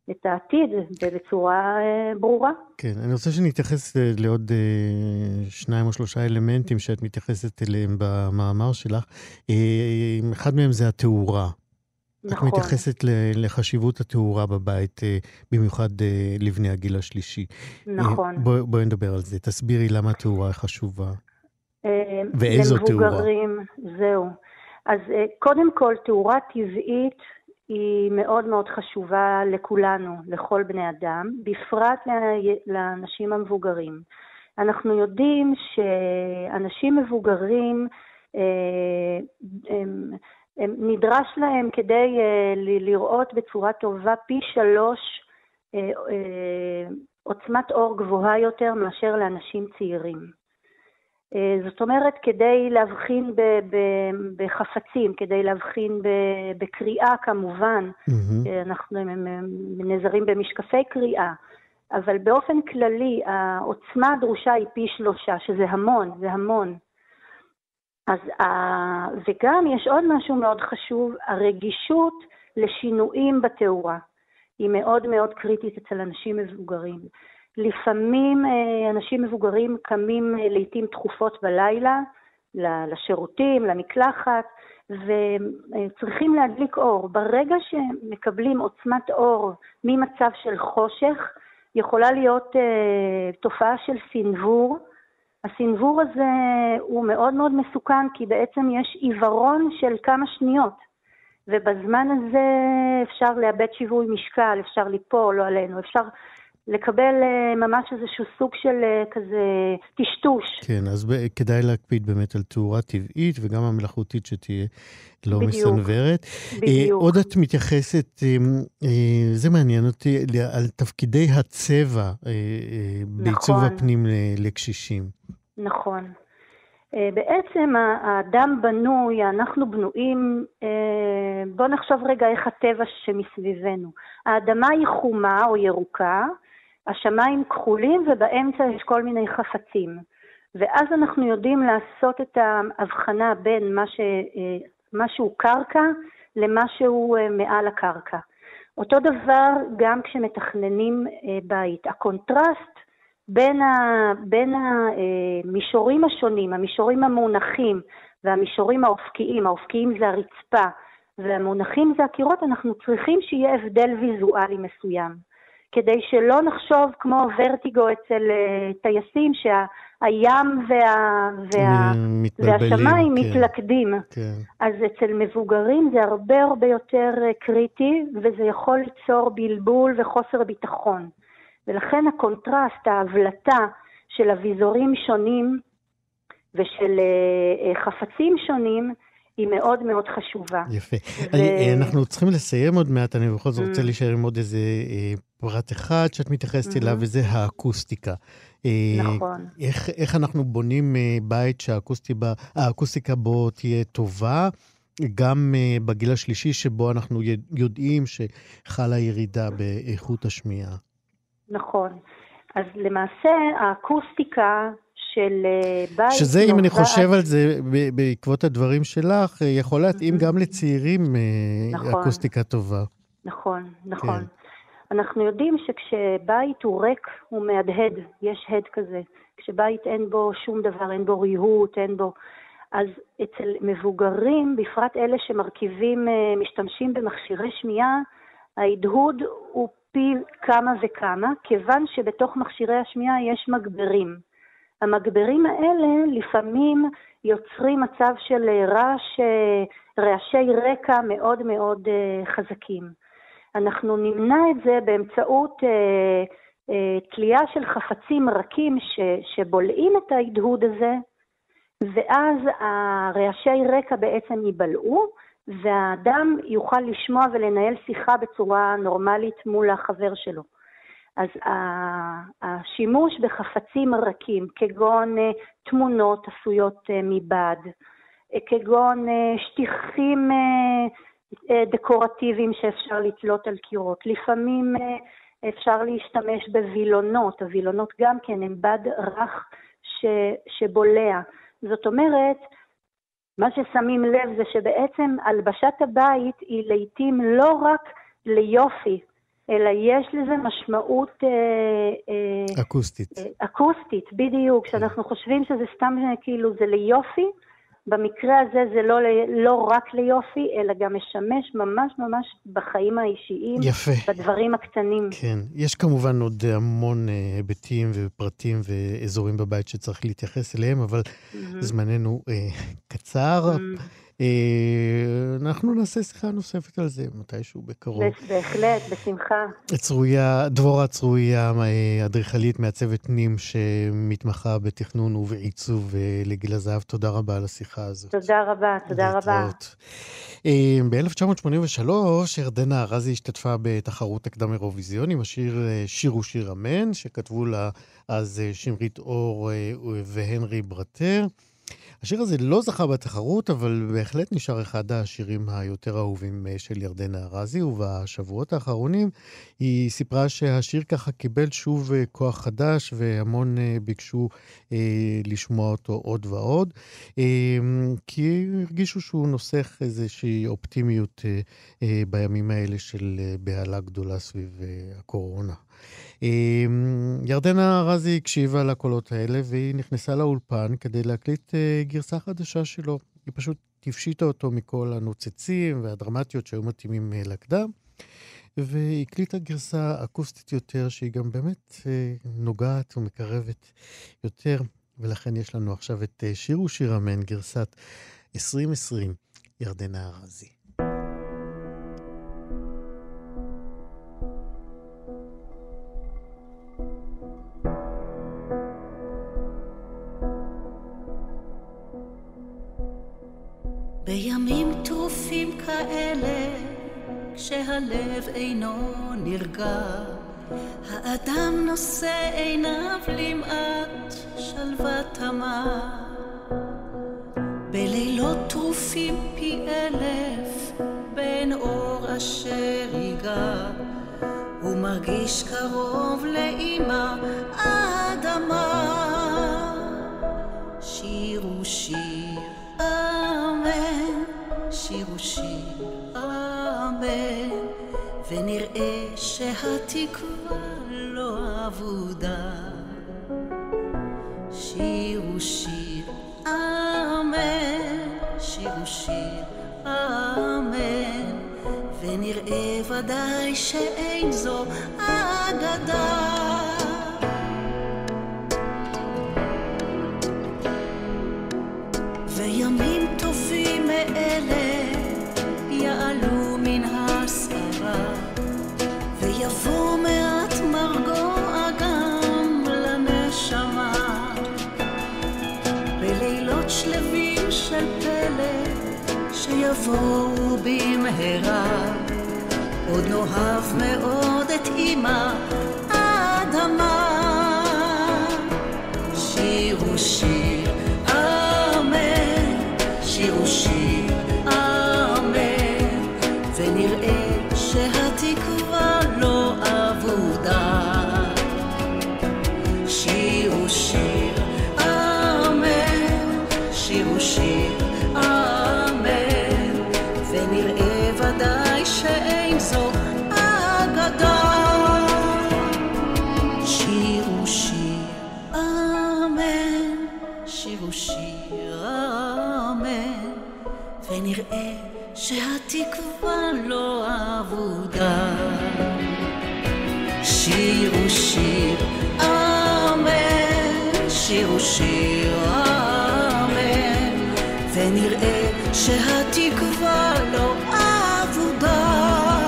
את העתיד בצורה ברורה. כן, אני רוצה שנתייחס לעוד שניים או שלושה אלמנטים שאת מתייחסת אליהם במאמר שלך. אחד מהם זה התאורה. נכון. את מתייחסת לחשיבות התאורה בבית, במיוחד לבני הגיל השלישי. נכון. בואי בוא נדבר על זה. תסבירי למה התאורה חשובה. ואיזו תאורה. למבוגרים, זהו. אז קודם כל, תאורה טבעית היא מאוד מאוד חשובה לכולנו, לכל בני אדם, בפרט לאנשים המבוגרים. אנחנו יודעים שאנשים מבוגרים, הם, הם נדרש להם כדי לראות בצורה טובה פי שלוש עוצמת אור גבוהה יותר מאשר לאנשים צעירים. זאת אומרת, כדי להבחין ב- ב- בחפצים, כדי להבחין ב- בקריאה כמובן, mm-hmm. אנחנו נזרים במשקפי קריאה, אבל באופן כללי העוצמה הדרושה היא פי שלושה, שזה המון, זה המון. אז, וגם יש עוד משהו מאוד חשוב, הרגישות לשינויים בתאורה, היא מאוד מאוד קריטית אצל אנשים מבוגרים. לפעמים אנשים מבוגרים קמים לעתים תכופות בלילה, לשירותים, למקלחת, וצריכים להדליק אור. ברגע שמקבלים עוצמת אור ממצב של חושך, יכולה להיות תופעה של סנוור. הסנוור הזה הוא מאוד מאוד מסוכן, כי בעצם יש עיוורון של כמה שניות. ובזמן הזה אפשר לאבד שיווי משקל, אפשר ליפול, לא עלינו, אפשר לקבל ממש איזשהו סוג של כזה טשטוש. כן, אז כדאי להקפיד באמת על תאורה טבעית, וגם המלאכותית שתהיה לא מסנוורת. בדיוק. עוד את מתייחסת, זה מעניין אותי, על תפקידי הצבע בעיצוב הפנים לקשישים. נכון. בעצם האדם בנוי, אנחנו בנויים, בוא נחשוב רגע איך הטבע שמסביבנו. האדמה היא חומה או ירוקה, השמיים כחולים ובאמצע יש כל מיני חפצים. ואז אנחנו יודעים לעשות את ההבחנה בין מה ש, משהו קרקע למשהו מעל הקרקע. אותו דבר גם כשמתכננים בית. הקונטרסט בין, ה, בין המישורים השונים, המישורים המונחים והמישורים האופקיים, האופקיים זה הרצפה והמונחים זה הקירות, אנחנו צריכים שיהיה הבדל ויזואלי מסוים. כדי שלא נחשוב כמו ורטיגו אצל טייסים שהים וה, וה, והשמיים כן. מתלכדים. כן. אז אצל מבוגרים זה הרבה הרבה יותר קריטי, וזה יכול ליצור בלבול וחוסר ביטחון. ולכן הקונטרסט, ההבלטה של אביזורים שונים ושל חפצים שונים, היא מאוד מאוד חשובה. יפה. ו... אני, אנחנו צריכים לסיים עוד מעט, אני בכל זאת רוצה להישאר עם עוד איזה פרט אחד שאת מתייחסת אליו, וזה האקוסטיקה. נכון. איך, איך אנחנו בונים בית שהאקוסטיקה בו תהיה טובה, גם בגיל השלישי שבו אנחנו יודעים שחלה ירידה באיכות השמיעה. נכון. אז למעשה האקוסטיקה של בית... שזה, אם אני חושב על זה, בעקבות הדברים שלך, יכול להתאים גם לצעירים אקוסטיקה טובה. נכון, נכון. אנחנו יודעים שכשבית הוא ריק, הוא מהדהד, יש הד כזה. כשבית אין בו שום דבר, אין בו ריהוט, אין בו... אז אצל מבוגרים, בפרט אלה שמרכיבים, משתמשים במכשירי שמיעה, ההדהוד הוא פי כמה וכמה, כיוון שבתוך מכשירי השמיעה יש מגברים. המגברים האלה לפעמים יוצרים מצב של רעש, רעשי רקע מאוד מאוד חזקים. אנחנו נמנע את זה באמצעות אה, אה, תלייה של חפצים רכים ש, שבולעים את ההדהוד הזה, ואז הרעשי רקע בעצם ייבלעו, והאדם יוכל לשמוע ולנהל שיחה בצורה נורמלית מול החבר שלו. אז השימוש בחפצים רכים, כגון תמונות עשויות מבד, כגון שטיחים דקורטיביים שאפשר לתלות על קירות. לפעמים אפשר להשתמש בווילונות, הווילונות גם כן הם בד רך ש, שבולע. זאת אומרת, מה ששמים לב זה שבעצם הלבשת הבית היא לעתים לא רק ליופי, אלא יש לזה משמעות אה, אה, אקוסטית. אה, אקוסטית, בדיוק, שאנחנו חושבים שזה סתם כאילו זה ליופי, במקרה הזה זה לא, לא רק ליופי, אלא גם משמש ממש ממש בחיים האישיים, יפה. בדברים הקטנים. כן, יש כמובן עוד המון היבטים ופרטים ואזורים בבית שצריך להתייחס אליהם, אבל mm-hmm. זמננו אה, קצר. Mm-hmm. אה, אנחנו נעשה שיחה נוספת על זה מתישהו בקרוב. בהחלט, בשמחה. צרויה, דבורה צרויה, אדריכלית מעצבת נים שמתמחה בתכנון ובעיצוב לגיל הזהב. תודה רבה על השיחה הזאת. תודה רבה, תודה רבה. ב-אלף תשע מאות שמונים ושלוש ירדנה ארזי השתתפה בתחרות הקדם אירוויזיון עם השיר שיר ושיר אמן, שכתבו לה אז שמרית אור והנרי ברטר. השיר הזה לא זכה בתחרות, אבל בהחלט נשאר אחד השירים היותר אהובים של ירדנה ארזי, ובשבועות האחרונים היא סיפרה שהשיר ככה קיבל שוב כוח חדש, והמון ביקשו אה, לשמוע אותו עוד ועוד, אה, כי הרגישו שהוא נוסח איזושהי אופטימיות אה, אה, בימים האלה של אה, בהלה גדולה סביב אה, הקורונה. ירדנה ארזי הקשיבה לקולות האלה והיא נכנסה לאולפן כדי להקליט גרסה חדשה שלו. היא פשוט תפשיטה אותו מכל הנוצצים והדרמטיות שהיו מתאימים לקדם, והקליטה גרסה אקוסטית יותר שהיא גם באמת נוגעת ומקרבת יותר, ולכן יש לנו עכשיו את שיר ושיר אמן, גרסת עשרים עשרים, ירדנה ארזי. בימים טרופים כאלה, כשהלב אינו נרגע, האדם נושא עיניו למעט שלווה תמה. בלילות טרופים פי אלף, בין אור אשר ייגע, הוא מרגיש קרוב לאמא האדמה. שיר ושיר אמן, שיר ושיר אמן, ונראה שהתקווה לא אבודה. שיר ושיר אמן, שיר ושיר אמן, ונראה ודאי שאין זו אגדה. וימים טובים מאלה יעלו מן הסערה, ויבוא מעט מרגוע גם לנשמה. בלילות שלווים של פלא שיבואו במהרה, עוד נאהב מאוד את אמא האדמה. שיר ושיר שיר ושיר אמן, ונראה שהתקווה לא אבודה. שיר ושיר אמן, שיר ושיר אמן, ונראה ודאי שאין זו אגדה. שיר ושיר אמן, שיר ושיר אמן, ונראה שהתקווה לא אבודה. שיר ושיר אמן, שיר ושיר אמן, ונראה שהתקווה לא אבודה.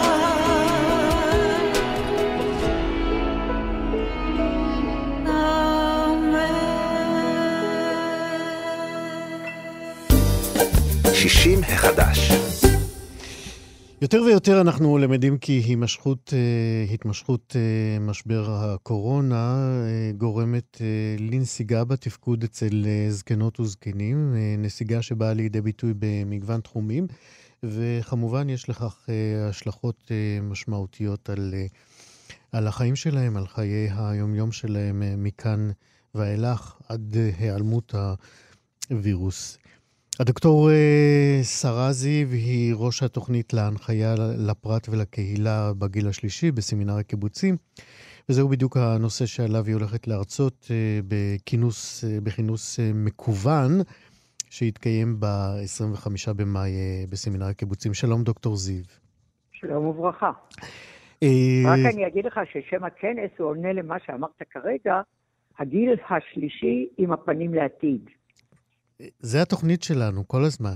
שישים החדש. יותר ויותר אנחנו למדים כי הימשכות, התמשכות משבר הקורונה גורמת לנסיגה בתפקוד אצל זקנות וזקנים, נסיגה שבאה לידי ביטוי במגוון תחומים, וכמובן יש לכך השלכות משמעותיות על, על החיים שלהם, על חיי היומיום שלהם מכאן ואילך עד היעלמות הווירוס. הדוקטור שרה זיו היא ראש התוכנית להנחיה לפרט ולקהילה בגיל השלישי בסמינר הקיבוצים, וזהו בדיוק הנושא שעליו היא הולכת להרצות בכינוס, בכינוס מקוון שהתקיים ב-עשרים וחמישה במאי בסמינר הקיבוצים. שלום דוקטור זיו. שלום וברכה. רק אני אגיד לך ששם הכנס הוא עונה למה שאמרת כרגע, הגיל השלישי עם הפנים לעתיד. זה התוכנית שלנו כל הזמן.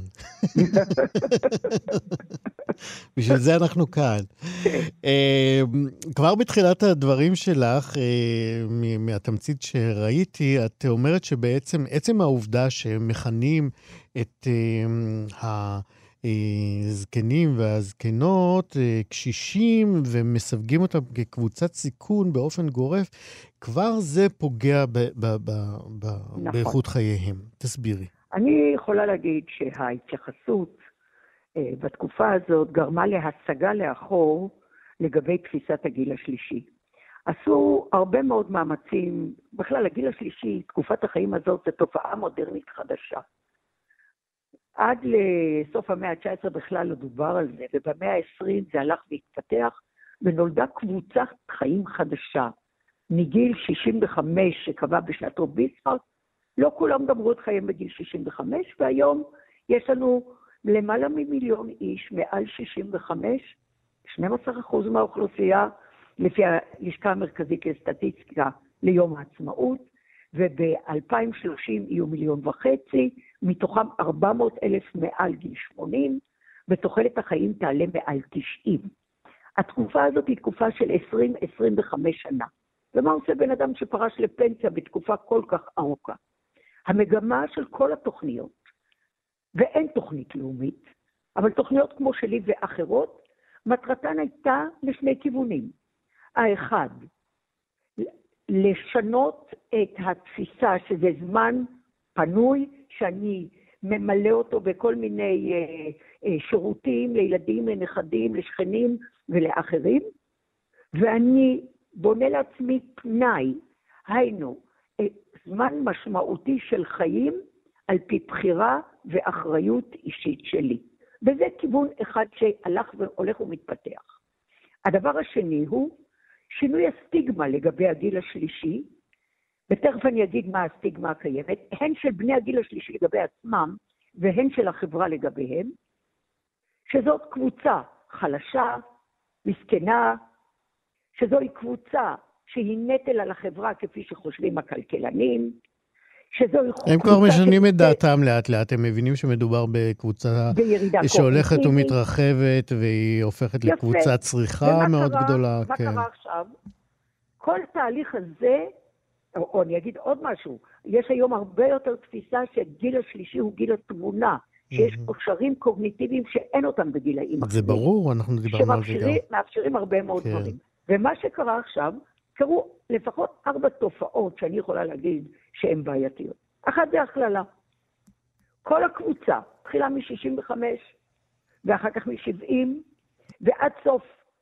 בשביל זה אנחנו כאן. כבר בתחילת הדברים שלך, מהתמצית שראיתי, את אומרת שבעצם עצם העובדה שמכנים את הזקנים והזקנות קשישים ומסווגים אותם כקבוצת סיכון באופן גורף, כבר זה פוגע באיכות חייהם. תסבירי. אני יכולה להגיד שההתייחסות בתקופה הזאת גרמה להשגה לאחור לגבי תפיסת הגיל השלישי. עשו הרבה מאוד מאמצים, בכלל הגיל השלישי, תקופת החיים הזאת, זה תופעה מודרנית חדשה. עד לסוף המאה ה-תשע עשרה בכלל לא דובר על זה, ובמאה ה-עשרים זה הלך והתפתח, ונולדה קבוצת חיים חדשה. מגיל שישים וחמש שקבע בשעתו ביסמרק, לא כולם גמרו את חיים בגיל שישים וחמש, והיום יש לנו למעלה ממיליון איש מעל שישים וחמש, שנים עשר אחוז מהאוכלוסייה, לפי הלשכה המרכזית לסטטיסטיקה ליום העצמאות, וב-אלפיים ושלושים יהיו מיליון וחצי, מתוכם ארבע מאות אלף מעל גיל שמונים, ותוחלת החיים תעלה מעל תשעים. התקופה הזאת היא תקופה של עשרים עד עשרים וחמש שנה. ומה עושה בן אדם שפרש לפנסיה בתקופה כל כך ארוכה? המגמה של כל התוכניות, ואין תוכנית לאומית, אבל תוכניות כמו שלי ואחרות, מטרתן הייתה לשני כיוונים. האחד, לשנות את התפיסה שזה זמן פנוי, שאני ממלא אותו בכל מיני אה, אה, שירותים לילדים, לנכדים, לשכנים ולאחרים, ואני בונה לעצמי פנאי, היינו, זמן משמעותי של חיים על פי בחירה ואחריות אישית שלי. וזה כיוון אחד שהלך והולך ומתפתח. הדבר השני הוא שינוי הסטיגמה לגבי הגיל השלישי, ותכף אני אגיד מה הסטיגמה הקיימת, הן של בני הגיל השלישי לגבי עצמם, והן של החברה לגביהם, שזאת קבוצה חלשה, מסכנה, שזוהי קבוצה שהיא נטל על החברה כפי שחושבים הכלכלנים, שזוהי הם כבר משנים את דעתם לאט לאט, הם מבינים שמדובר בקבוצה שהולכת ומתרחבת, והיא הופכת לקבוצת צריכה מאוד גדולה. מה קרה עכשיו? כל תהליך הזה, או אני אגיד עוד משהו, יש היום הרבה יותר תפיסה שגיל השלישי הוא גיל התבונה, שיש קושרים קוגניטיביים שאין אותם בגילאים אחרים. זה ברור, אנחנו דיברנו על זה גם. שמאפשרים הרבה מאוד דברים. ומה שקרה עכשיו, קרו לפחות ארבע תופעות שאני יכולה להגיד שהן בעייתיות. אחת זה הכללה. כל הקבוצה, תחילה מ-שישים וחמש, ואחר כך מ-שבעים, ועד סוף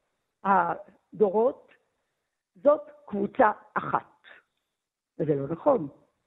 הדורות, זאת קבוצה אחת. וזה לא נכון.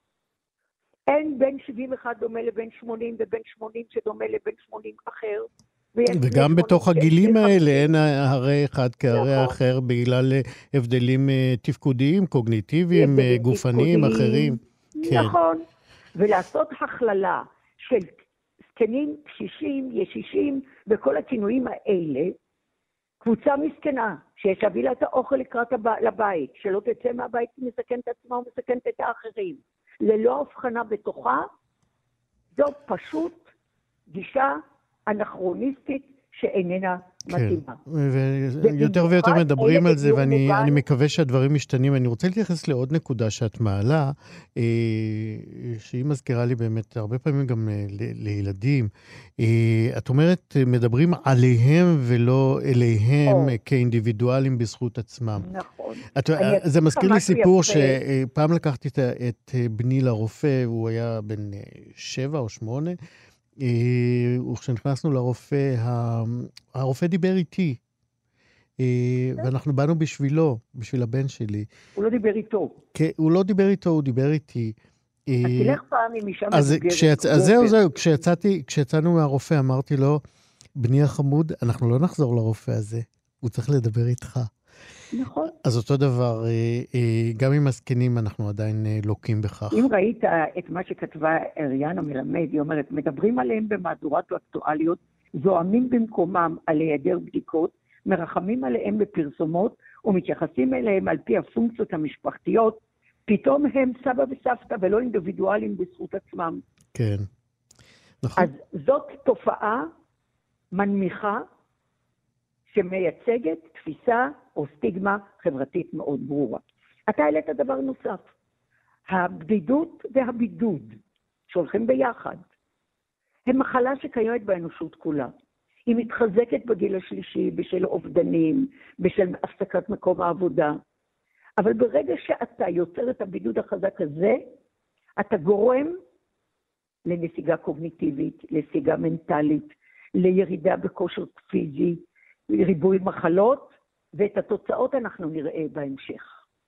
אין בין שבעים ואחת דומה לבין שמונים, ובין שמונים שדומה לבין שמונים אחר. וגם בתוך הגילים האלה אין הרי אחד כהרי אחר בגלל הבדלים תפקודיים, קוגניטיביים, גופניים, אחרים. נכון. ולעשות הכללה של זקנים, קשישים, ישישים, וכל הכינויים האלה, קבוצה מסכנה, שישבי לה את האוכל לקראת לבית, שלא תצא מהבית ומסכן את עצמה ומסכנת את האחרים. ללא הבחנה בתוכה, זו פשוט גישה אנכרוניסטית שאיננה מתאימה. ויותר ויותר מדברים על זה, ואני מקווה שהדברים משתנים. אני רוצה להתייחס לעוד נקודה שאת מעלה, שהיא מזכירה לי באמת הרבה פעמים גם לילדים. את אומרת, מדברים עליהם ולא אליהם כאינדיבידואלים בזכות עצמם. נכון. זה מזכיר לי סיפור שפעם לקחתי את בני לרופא, הוא היה בן שבע או שמונה, וכשנכנסנו לרופא, הרופא דיבר איתי, ואנחנו באנו בשבילו, בשביל הבן שלי. הוא לא דיבר איתו. הוא לא דיבר איתו, הוא דיבר איתי, אז תלך פעם עם אישה מבוגרת. אז זהו, זהו, כשיצאנו מהרופא אמרתי לו, בני החמוד, אנחנו לא נחזור לרופא הזה, הוא צריך לדבר איתך. נכון. אז אותו דבר, גם עם הזקנים אנחנו עדיין לוקים בכך. אם ראית את מה שכתבה אריאנה מלמד, היא אומרת, מדברים עליהם במהדורת אקטואליות, זועמים במקומם על היעדר בדיקות, מרחמים עליהם בפרסומות, ומתייחסים אליהם על פי הפונקציות המשפחתיות, פתאום הם סבא וסבתא ולא אינדיבידואלים בזכות עצמם. כן. נכון. אז זאת תופעה מנמיכה, שמייצגת תפיסה או סטיגמה חברתית מאוד ברורה. אתה העלית דבר נוסף. הבדידות והבידוד שהולכים ביחד, הם מחלה שקיימת באנושות כולה. היא מתחזקת בגיל השלישי בשל אובדנים, בשל הפסקת מקום העבודה. אבל ברגע שאתה יוצר את הבידוד החזק הזה, אתה גורם לנסיגה קוגניטיבית, לנסיגה מנטלית, לירידה בכושר פיזי, ריבוי מחלות, ואת התוצאות אנחנו נראה בהמשך.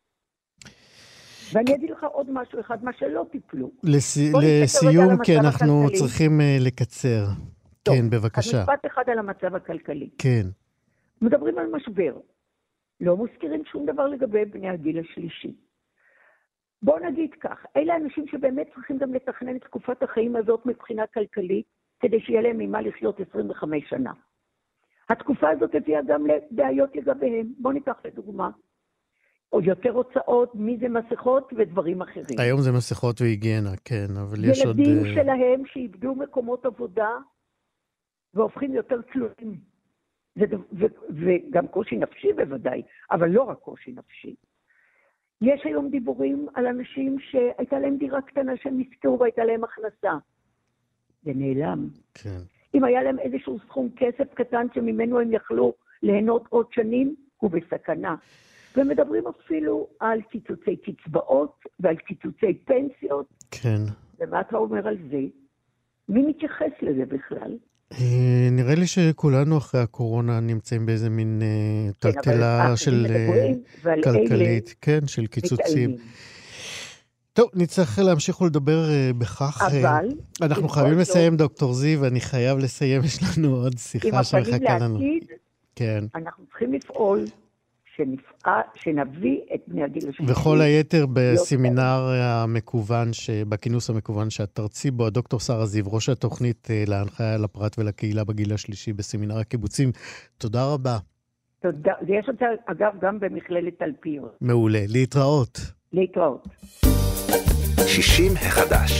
ואני אגיד לך עוד משהו אחד, מה שלא טיפלו. לסיום, כי אנחנו צריכים לקצר. טוב, כן, בבקשה. אז משפט אחד על המצב הכלכלי. כן. מדברים על משבר. לא מוזכירים שום דבר לגבי בני הגיל השלישי. בואו נגיד כך, אלה אנשים שבאמת צריכים גם לתכנן את תקופת החיים הזאת מבחינה כלכלית, כדי שיהיה להם ממה לחיות עשרים וחמש שנה. התקופה הזאת הביאה גם לבעיות לגביהם. בואו ניקח לדוגמה. או יותר הוצאות, מי זה מסכות ודברים אחרים. היום זה מסכות והיגיינה, כן, אבל יש עוד... ילדים שלהם שאיבדו מקומות עבודה והופכים יותר תלויים. וגם קושי נפשי בוודאי, אבל לא רק קושי נפשי. יש היום דיבורים על אנשים שהייתה להם דירה קטנה שהם נזכרו והייתה להם הכנסה. זה נעלם. כן. אם היה להם איזשהו סכום כסף קטן שממנו הם יכלו ליהנות עוד שנים, הוא בסכנה. ומדברים אפילו על קיצוצי קצבאות ועל קיצוצי פנסיות. כן. ומה אתה אומר על זה? מי מתייחס לזה בכלל? נראה לי שכולנו אחרי הקורונה נמצאים באיזה מין טלטלה של כלכלית, כן, של קיצוצים. טוב, נצטרך להמשיך ולדבר בכך. אבל... אנחנו חייבים לסיים, דוקטור זיו, ואני חייב לסיים, יש לנו עוד שיחה שמחכה לנו. כן. אנחנו צריכים לפעול שנפעל, שנביא את בני הגיל השלישי. וכל היתר בסמינר המקוון, בכינוס המקוון שאת תרצי בו, הדוקטור שרה זיו, ראש התוכנית להנחיה לפרט ולקהילה בגיל השלישי בסמינר הקיבוצים. תודה רבה. תודה. יש אותה, אגב, גם במכללת תלפיות. מעולה. להתראות. להתראות. שישים החדש.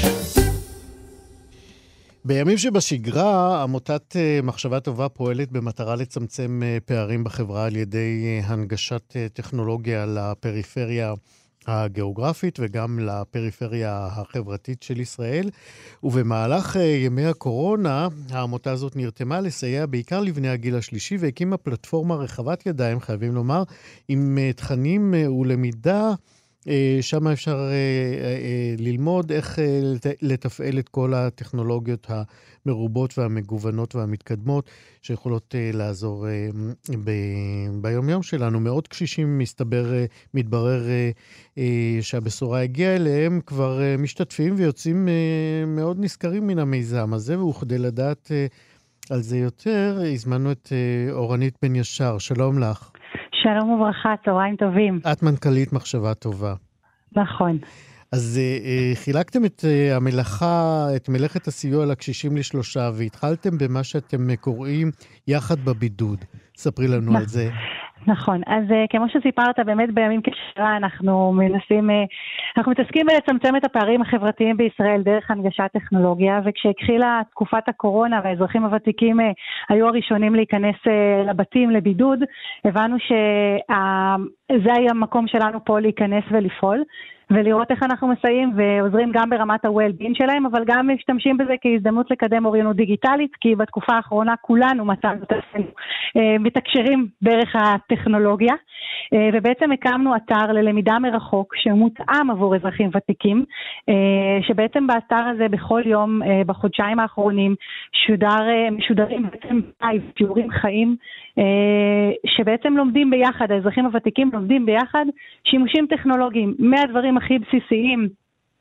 בימים שבשגרה, עמותת מחשבה טובה פועלת במטרה לצמצם פערים בחברה על ידי הנגשת טכנולוגיה לפריפריה הגיאוגרפית וגם לפריפריה החברתית של ישראל. ובמהלך ימי הקורונה, העמותה הזאת נרתמה לסייע בעיקר לבני הגיל השלישי והקימה פלטפורמה רחבת ידיים, חייבים לומר, עם תכנים ולמידה, שם אפשר ללמוד איך לתפעל את כל הטכנולוגיות המרובות והמגוונות והמתקדמות שיכולות לעזור ביום יום שלנו. מאות קשישים מסתבר, מתברר שהבשורה הגיעה אליהם, כבר משתתפים ויוצאים מאוד נזכרים מן המיזם הזה, וכדי לדעת על זה יותר, הזמנו את אורנית בן ישר. שלום לך. שלום וברכה, צהריים טובים. את מנכ"לית מחשבה טובה. נכון. אז uh, חילקתם את uh, המלאכה, את מלאכת הסיוע לקשישים לשלושה, והתחלתם במה שאתם קוראים יחד בבידוד. ספרי לנו נכ- על זה. נכון, אז uh, כמו שסיפרת, באמת בימים כשרה אנחנו מנסים, uh, אנחנו מתעסקים בלצמצם את הפערים החברתיים בישראל דרך הנגשת טכנולוגיה, וכשהתחילה תקופת הקורונה והאזרחים הוותיקים uh, היו הראשונים להיכנס uh, לבתים לבידוד, הבנו שזה היה המקום שלנו פה להיכנס ולפעול, ולראות איך אנחנו מסייעים ועוזרים גם ברמת ה-well-being שלהם, אבל גם משתמשים בזה כהזדמנות לקדם אוריינות דיגיטלית, כי בתקופה האחרונה כולנו מצאנו את עצמנו מתקשרים דרך הטכנולוגיה, ובעצם הקמנו אתר ללמידה מרחוק שמותאם עבור אזרחים ותיקים, שבעצם באתר הזה בכל יום בחודשיים האחרונים שודר, משודרים בעצם שיעורים חיים, שבעצם לומדים ביחד, האזרחים הוותיקים לומדים ביחד שימושים טכנולוגיים, מהדברים הכי בסיסיים,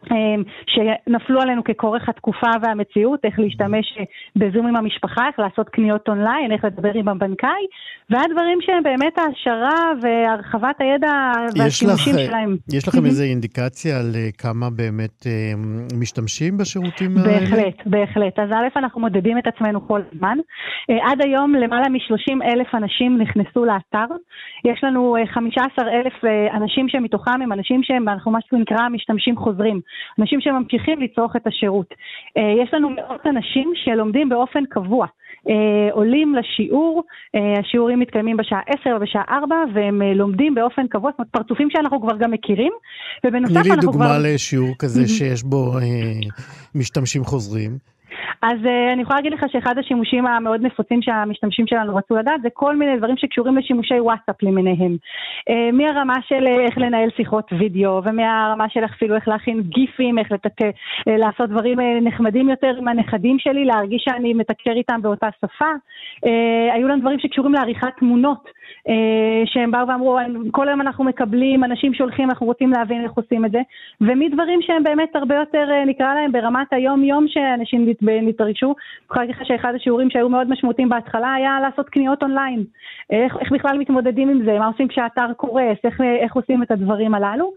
שנפלו עלינו ככורך התקופה והמציאות, איך להשתמש בזום עם המשפחה, איך לעשות קניות אונליין, איך לדבר עם הבנקאי, והדברים שהם באמת ההשערה והרחבת הידע והשימושים שלהם. יש לכם איזו אינדיקציה על כמה באמת משתמשים בשירותים האלה? בהחלט, בהחלט. אז א', אנחנו מודדים את עצמנו כל הזמן. עד היום למעלה מ-שלושים אלף אנשים נכנסו לאתר. יש לנו חמישה עשר אלף אנשים שמתוכם הם אנשים שהם, אנחנו משהו נקרא משתמשים חוזרים. אנשים שממשיכים לצרוך את השירות. יש לנו מאות אנשים שלומדים באופן קבוע. עולים לשיעור, השיעורים מתקיימים בשעה עשר ובשעה ארבע, והם לומדים באופן קבוע, זאת אומרת, פרצופים שאנחנו כבר גם מכירים, ובנוסף אנחנו כבר... תני לי דוגמה לשיעור כזה שיש בו משתמשים חוזרים. אז uh, אני יכולה להגיד לך שאחד השימושים המאוד נפוצים שהמשתמשים שלנו רצו לדעת, זה כל מיני דברים שקשורים לשימושי וואטסאפ למיניהם. Uh, מהרמה של איך לנהל שיחות וידאו, ומהרמה של אפילו איך להכין גיפים, איך לתת, uh, לעשות דברים uh, נחמדים יותר עם הנכדים שלי, להרגיש שאני מתקשר איתם באותה שפה. Uh, היו לנו דברים שקשורים לעריכת תמונות, uh, שהם באו ואמרו, כל היום אנחנו מקבלים, אנשים שולחים, אנחנו רוצים להבין איך עושים את זה, ומדברים שהם באמת הרבה יותר, uh, נקרא להם ברמת היום-יום שאנשים נתרגשו. אני יכולה להגיד לך שאחד השיעורים שהיו מאוד משמעותיים בהתחלה היה לעשות קניות אונליין. איך, איך בכלל מתמודדים עם זה, מה עושים כשהאתר קורס, איך, איך עושים את הדברים הללו.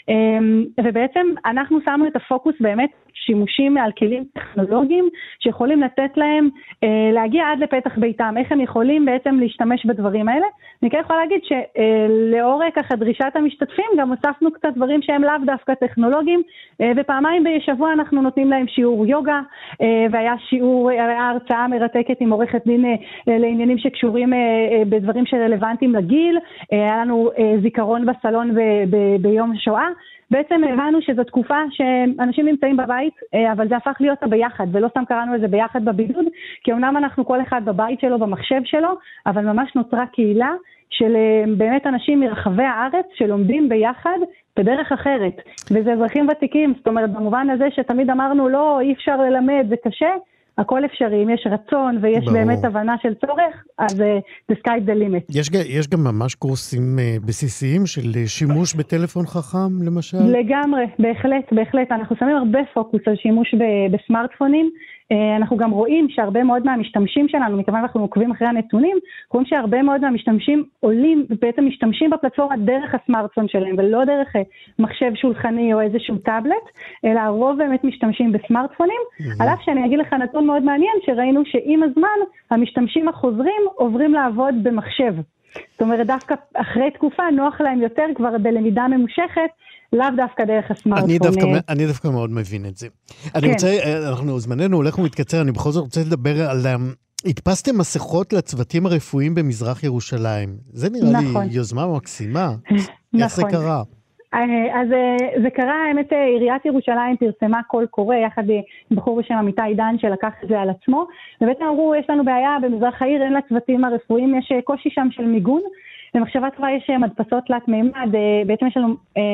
ובעצם אנחנו שמנו את הפוקוס באמת שימושים על כלים טכנולוגיים שיכולים לתת להם להגיע עד לפתח ביתם, איך הם יכולים בעצם להשתמש בדברים האלה. אני כן יכולה להגיד שלאור ככה דרישת המשתתפים גם הוספנו קצת דברים שהם לאו דווקא טכנולוגיים, ופעמיים בשבוע אנחנו נותנים להם שיעור יוגה, והיה שיעור, היה הרצאה מרתקת עם עורכת דין לעניינים שקשורים בדברים שרלוונטיים לגיל, היה לנו זיכרון בסלון ב- ב- ביום שואה. בעצם הבנו שזו תקופה שאנשים נמצאים בבית, אבל זה הפך להיות ביחד, ולא סתם קראנו לזה ביחד בבידוד, כי אמנם אנחנו כל אחד בבית שלו, במחשב שלו, אבל ממש נוצרה קהילה של באמת אנשים מרחבי הארץ שלומדים ביחד בדרך אחרת, וזה אזרחים ותיקים, זאת אומרת במובן הזה שתמיד אמרנו לא, אי אפשר ללמד, זה קשה, הכל אפשרי, אם יש רצון ויש ברור. באמת הבנה של צורך, אז uh, the sky the limit. יש, יש גם ממש קורסים uh, בסיסיים של שימוש בטלפון חכם, למשל? לגמרי, בהחלט, בהחלט. אנחנו שמים הרבה פוקוס על שימוש ב- בסמארטפונים, uh, אנחנו גם רואים שהרבה מאוד מהמשתמשים שלנו, מכיוון אנחנו עוקבים אחרי הנתונים, רואים שהרבה מאוד מהמשתמשים עולים, ובעצם משתמשים בפלטפורמה דרך הסמארטפון שלהם, ולא דרך מחשב שולחני או איזשהו טאבלט, אלא הרוב באמת משתמשים בסמארטפונים, mm-hmm. על אף שאני אגיד לך נתון מאוד מעניין, שראינו שעם הזמן המשתמשים החוזרים עוברים לעבוד במחשב. זאת אומרת, דווקא אחרי תקופה נוח להם יותר כבר בלמידה ממושכת, לאו דווקא דרך הסמארטפון. אני דווקא, אני דווקא מאוד מבין את זה. כן. אני רוצה, אנחנו, זמננו הולך ומתקצר, אני בכל זאת רוצה לדבר על... הדפסתם מסכות לצוותים הרפואיים במזרח ירושלים. זה נראה נכון. לי יוזמה מקסימה. נכון. איך זה קרה? אז זה קרה, האמת, עיריית ירושלים פרסמה קול קורא, יחד עם בחור בשם אמיתי עידן שלקח את זה על עצמו, ובעצם אמרו, יש לנו בעיה במזרח העיר, אין לצוותים הרפואיים, יש קושי שם של מיגון, למחשבה טובה יש מדפסות תלת מימד, בעצם יש לנו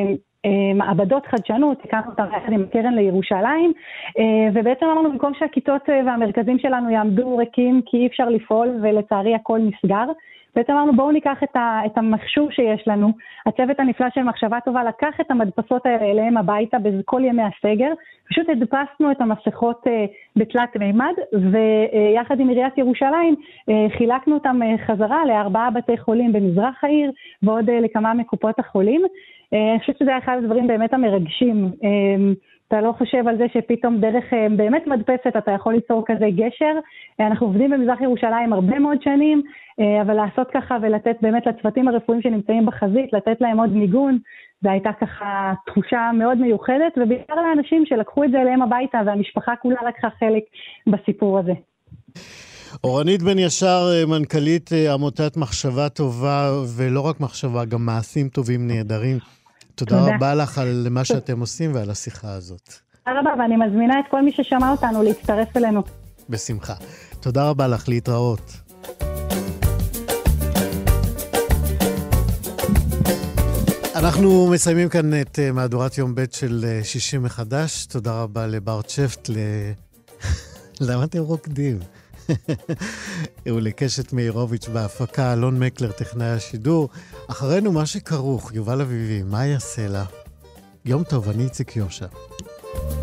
מעבדות חדשנות, הקמנו אותם יחד עם קרן לירושלים, ובעצם אמרנו, במקום שהכיתות והמרכזים שלנו יעמדו ריקים, כי אי אפשר לפעול, ולצערי הכל נסגר, בעצם אמרנו, בואו ניקח את, ה, את המחשוב שיש לנו, הצוות הנפלא של מחשבה טובה, לקח את המדפסות האלה אליהם הביתה בכל ימי הסגר, פשוט הדפסנו את המסכות אה, בתלת מימד, ויחד עם עיריית ירושלים אה, חילקנו אותם אה, חזרה לארבעה בתי חולים במזרח העיר, ועוד אה, לכמה מקופות החולים. אה, אני חושבת שזה אחד הדברים באמת המרגשים, אה, אתה לא חושב על זה שפתאום דרך באמת מדפסת אתה יכול ליצור כזה גשר. אנחנו עובדים במזרח ירושלים הרבה מאוד שנים, אבל לעשות ככה ולתת באמת לצוותים הרפואיים שנמצאים בחזית, לתת להם עוד מיגון, זה הייתה ככה תחושה מאוד מיוחדת, ובעיקר לאנשים שלקחו את זה אליהם הביתה, והמשפחה כולה לקחה חלק בסיפור הזה. אורנית בן ישר, מנכ"לית עמותת מחשבה טובה, ולא רק מחשבה, גם מעשים טובים נהדרים. תודה, תודה רבה לך על מה שאתם עושים ועל השיחה הזאת. תודה רבה, ואני מזמינה את כל מי ששמע אותנו להצטרף אלינו. בשמחה. תודה רבה לך, להתראות. אנחנו מסיימים כאן את מהדורת יום ב' של שישי מחדש. תודה רבה לבר צ'פט, ל... למה אתם רוקדים? ולקשת מאירוביץ' בהפקה, אלון מקלר טכנאי השידור. אחרינו מה שכרוך, יובל אביבי, מה יעשה לה? יום טוב, אני איציק יושע. Thank you.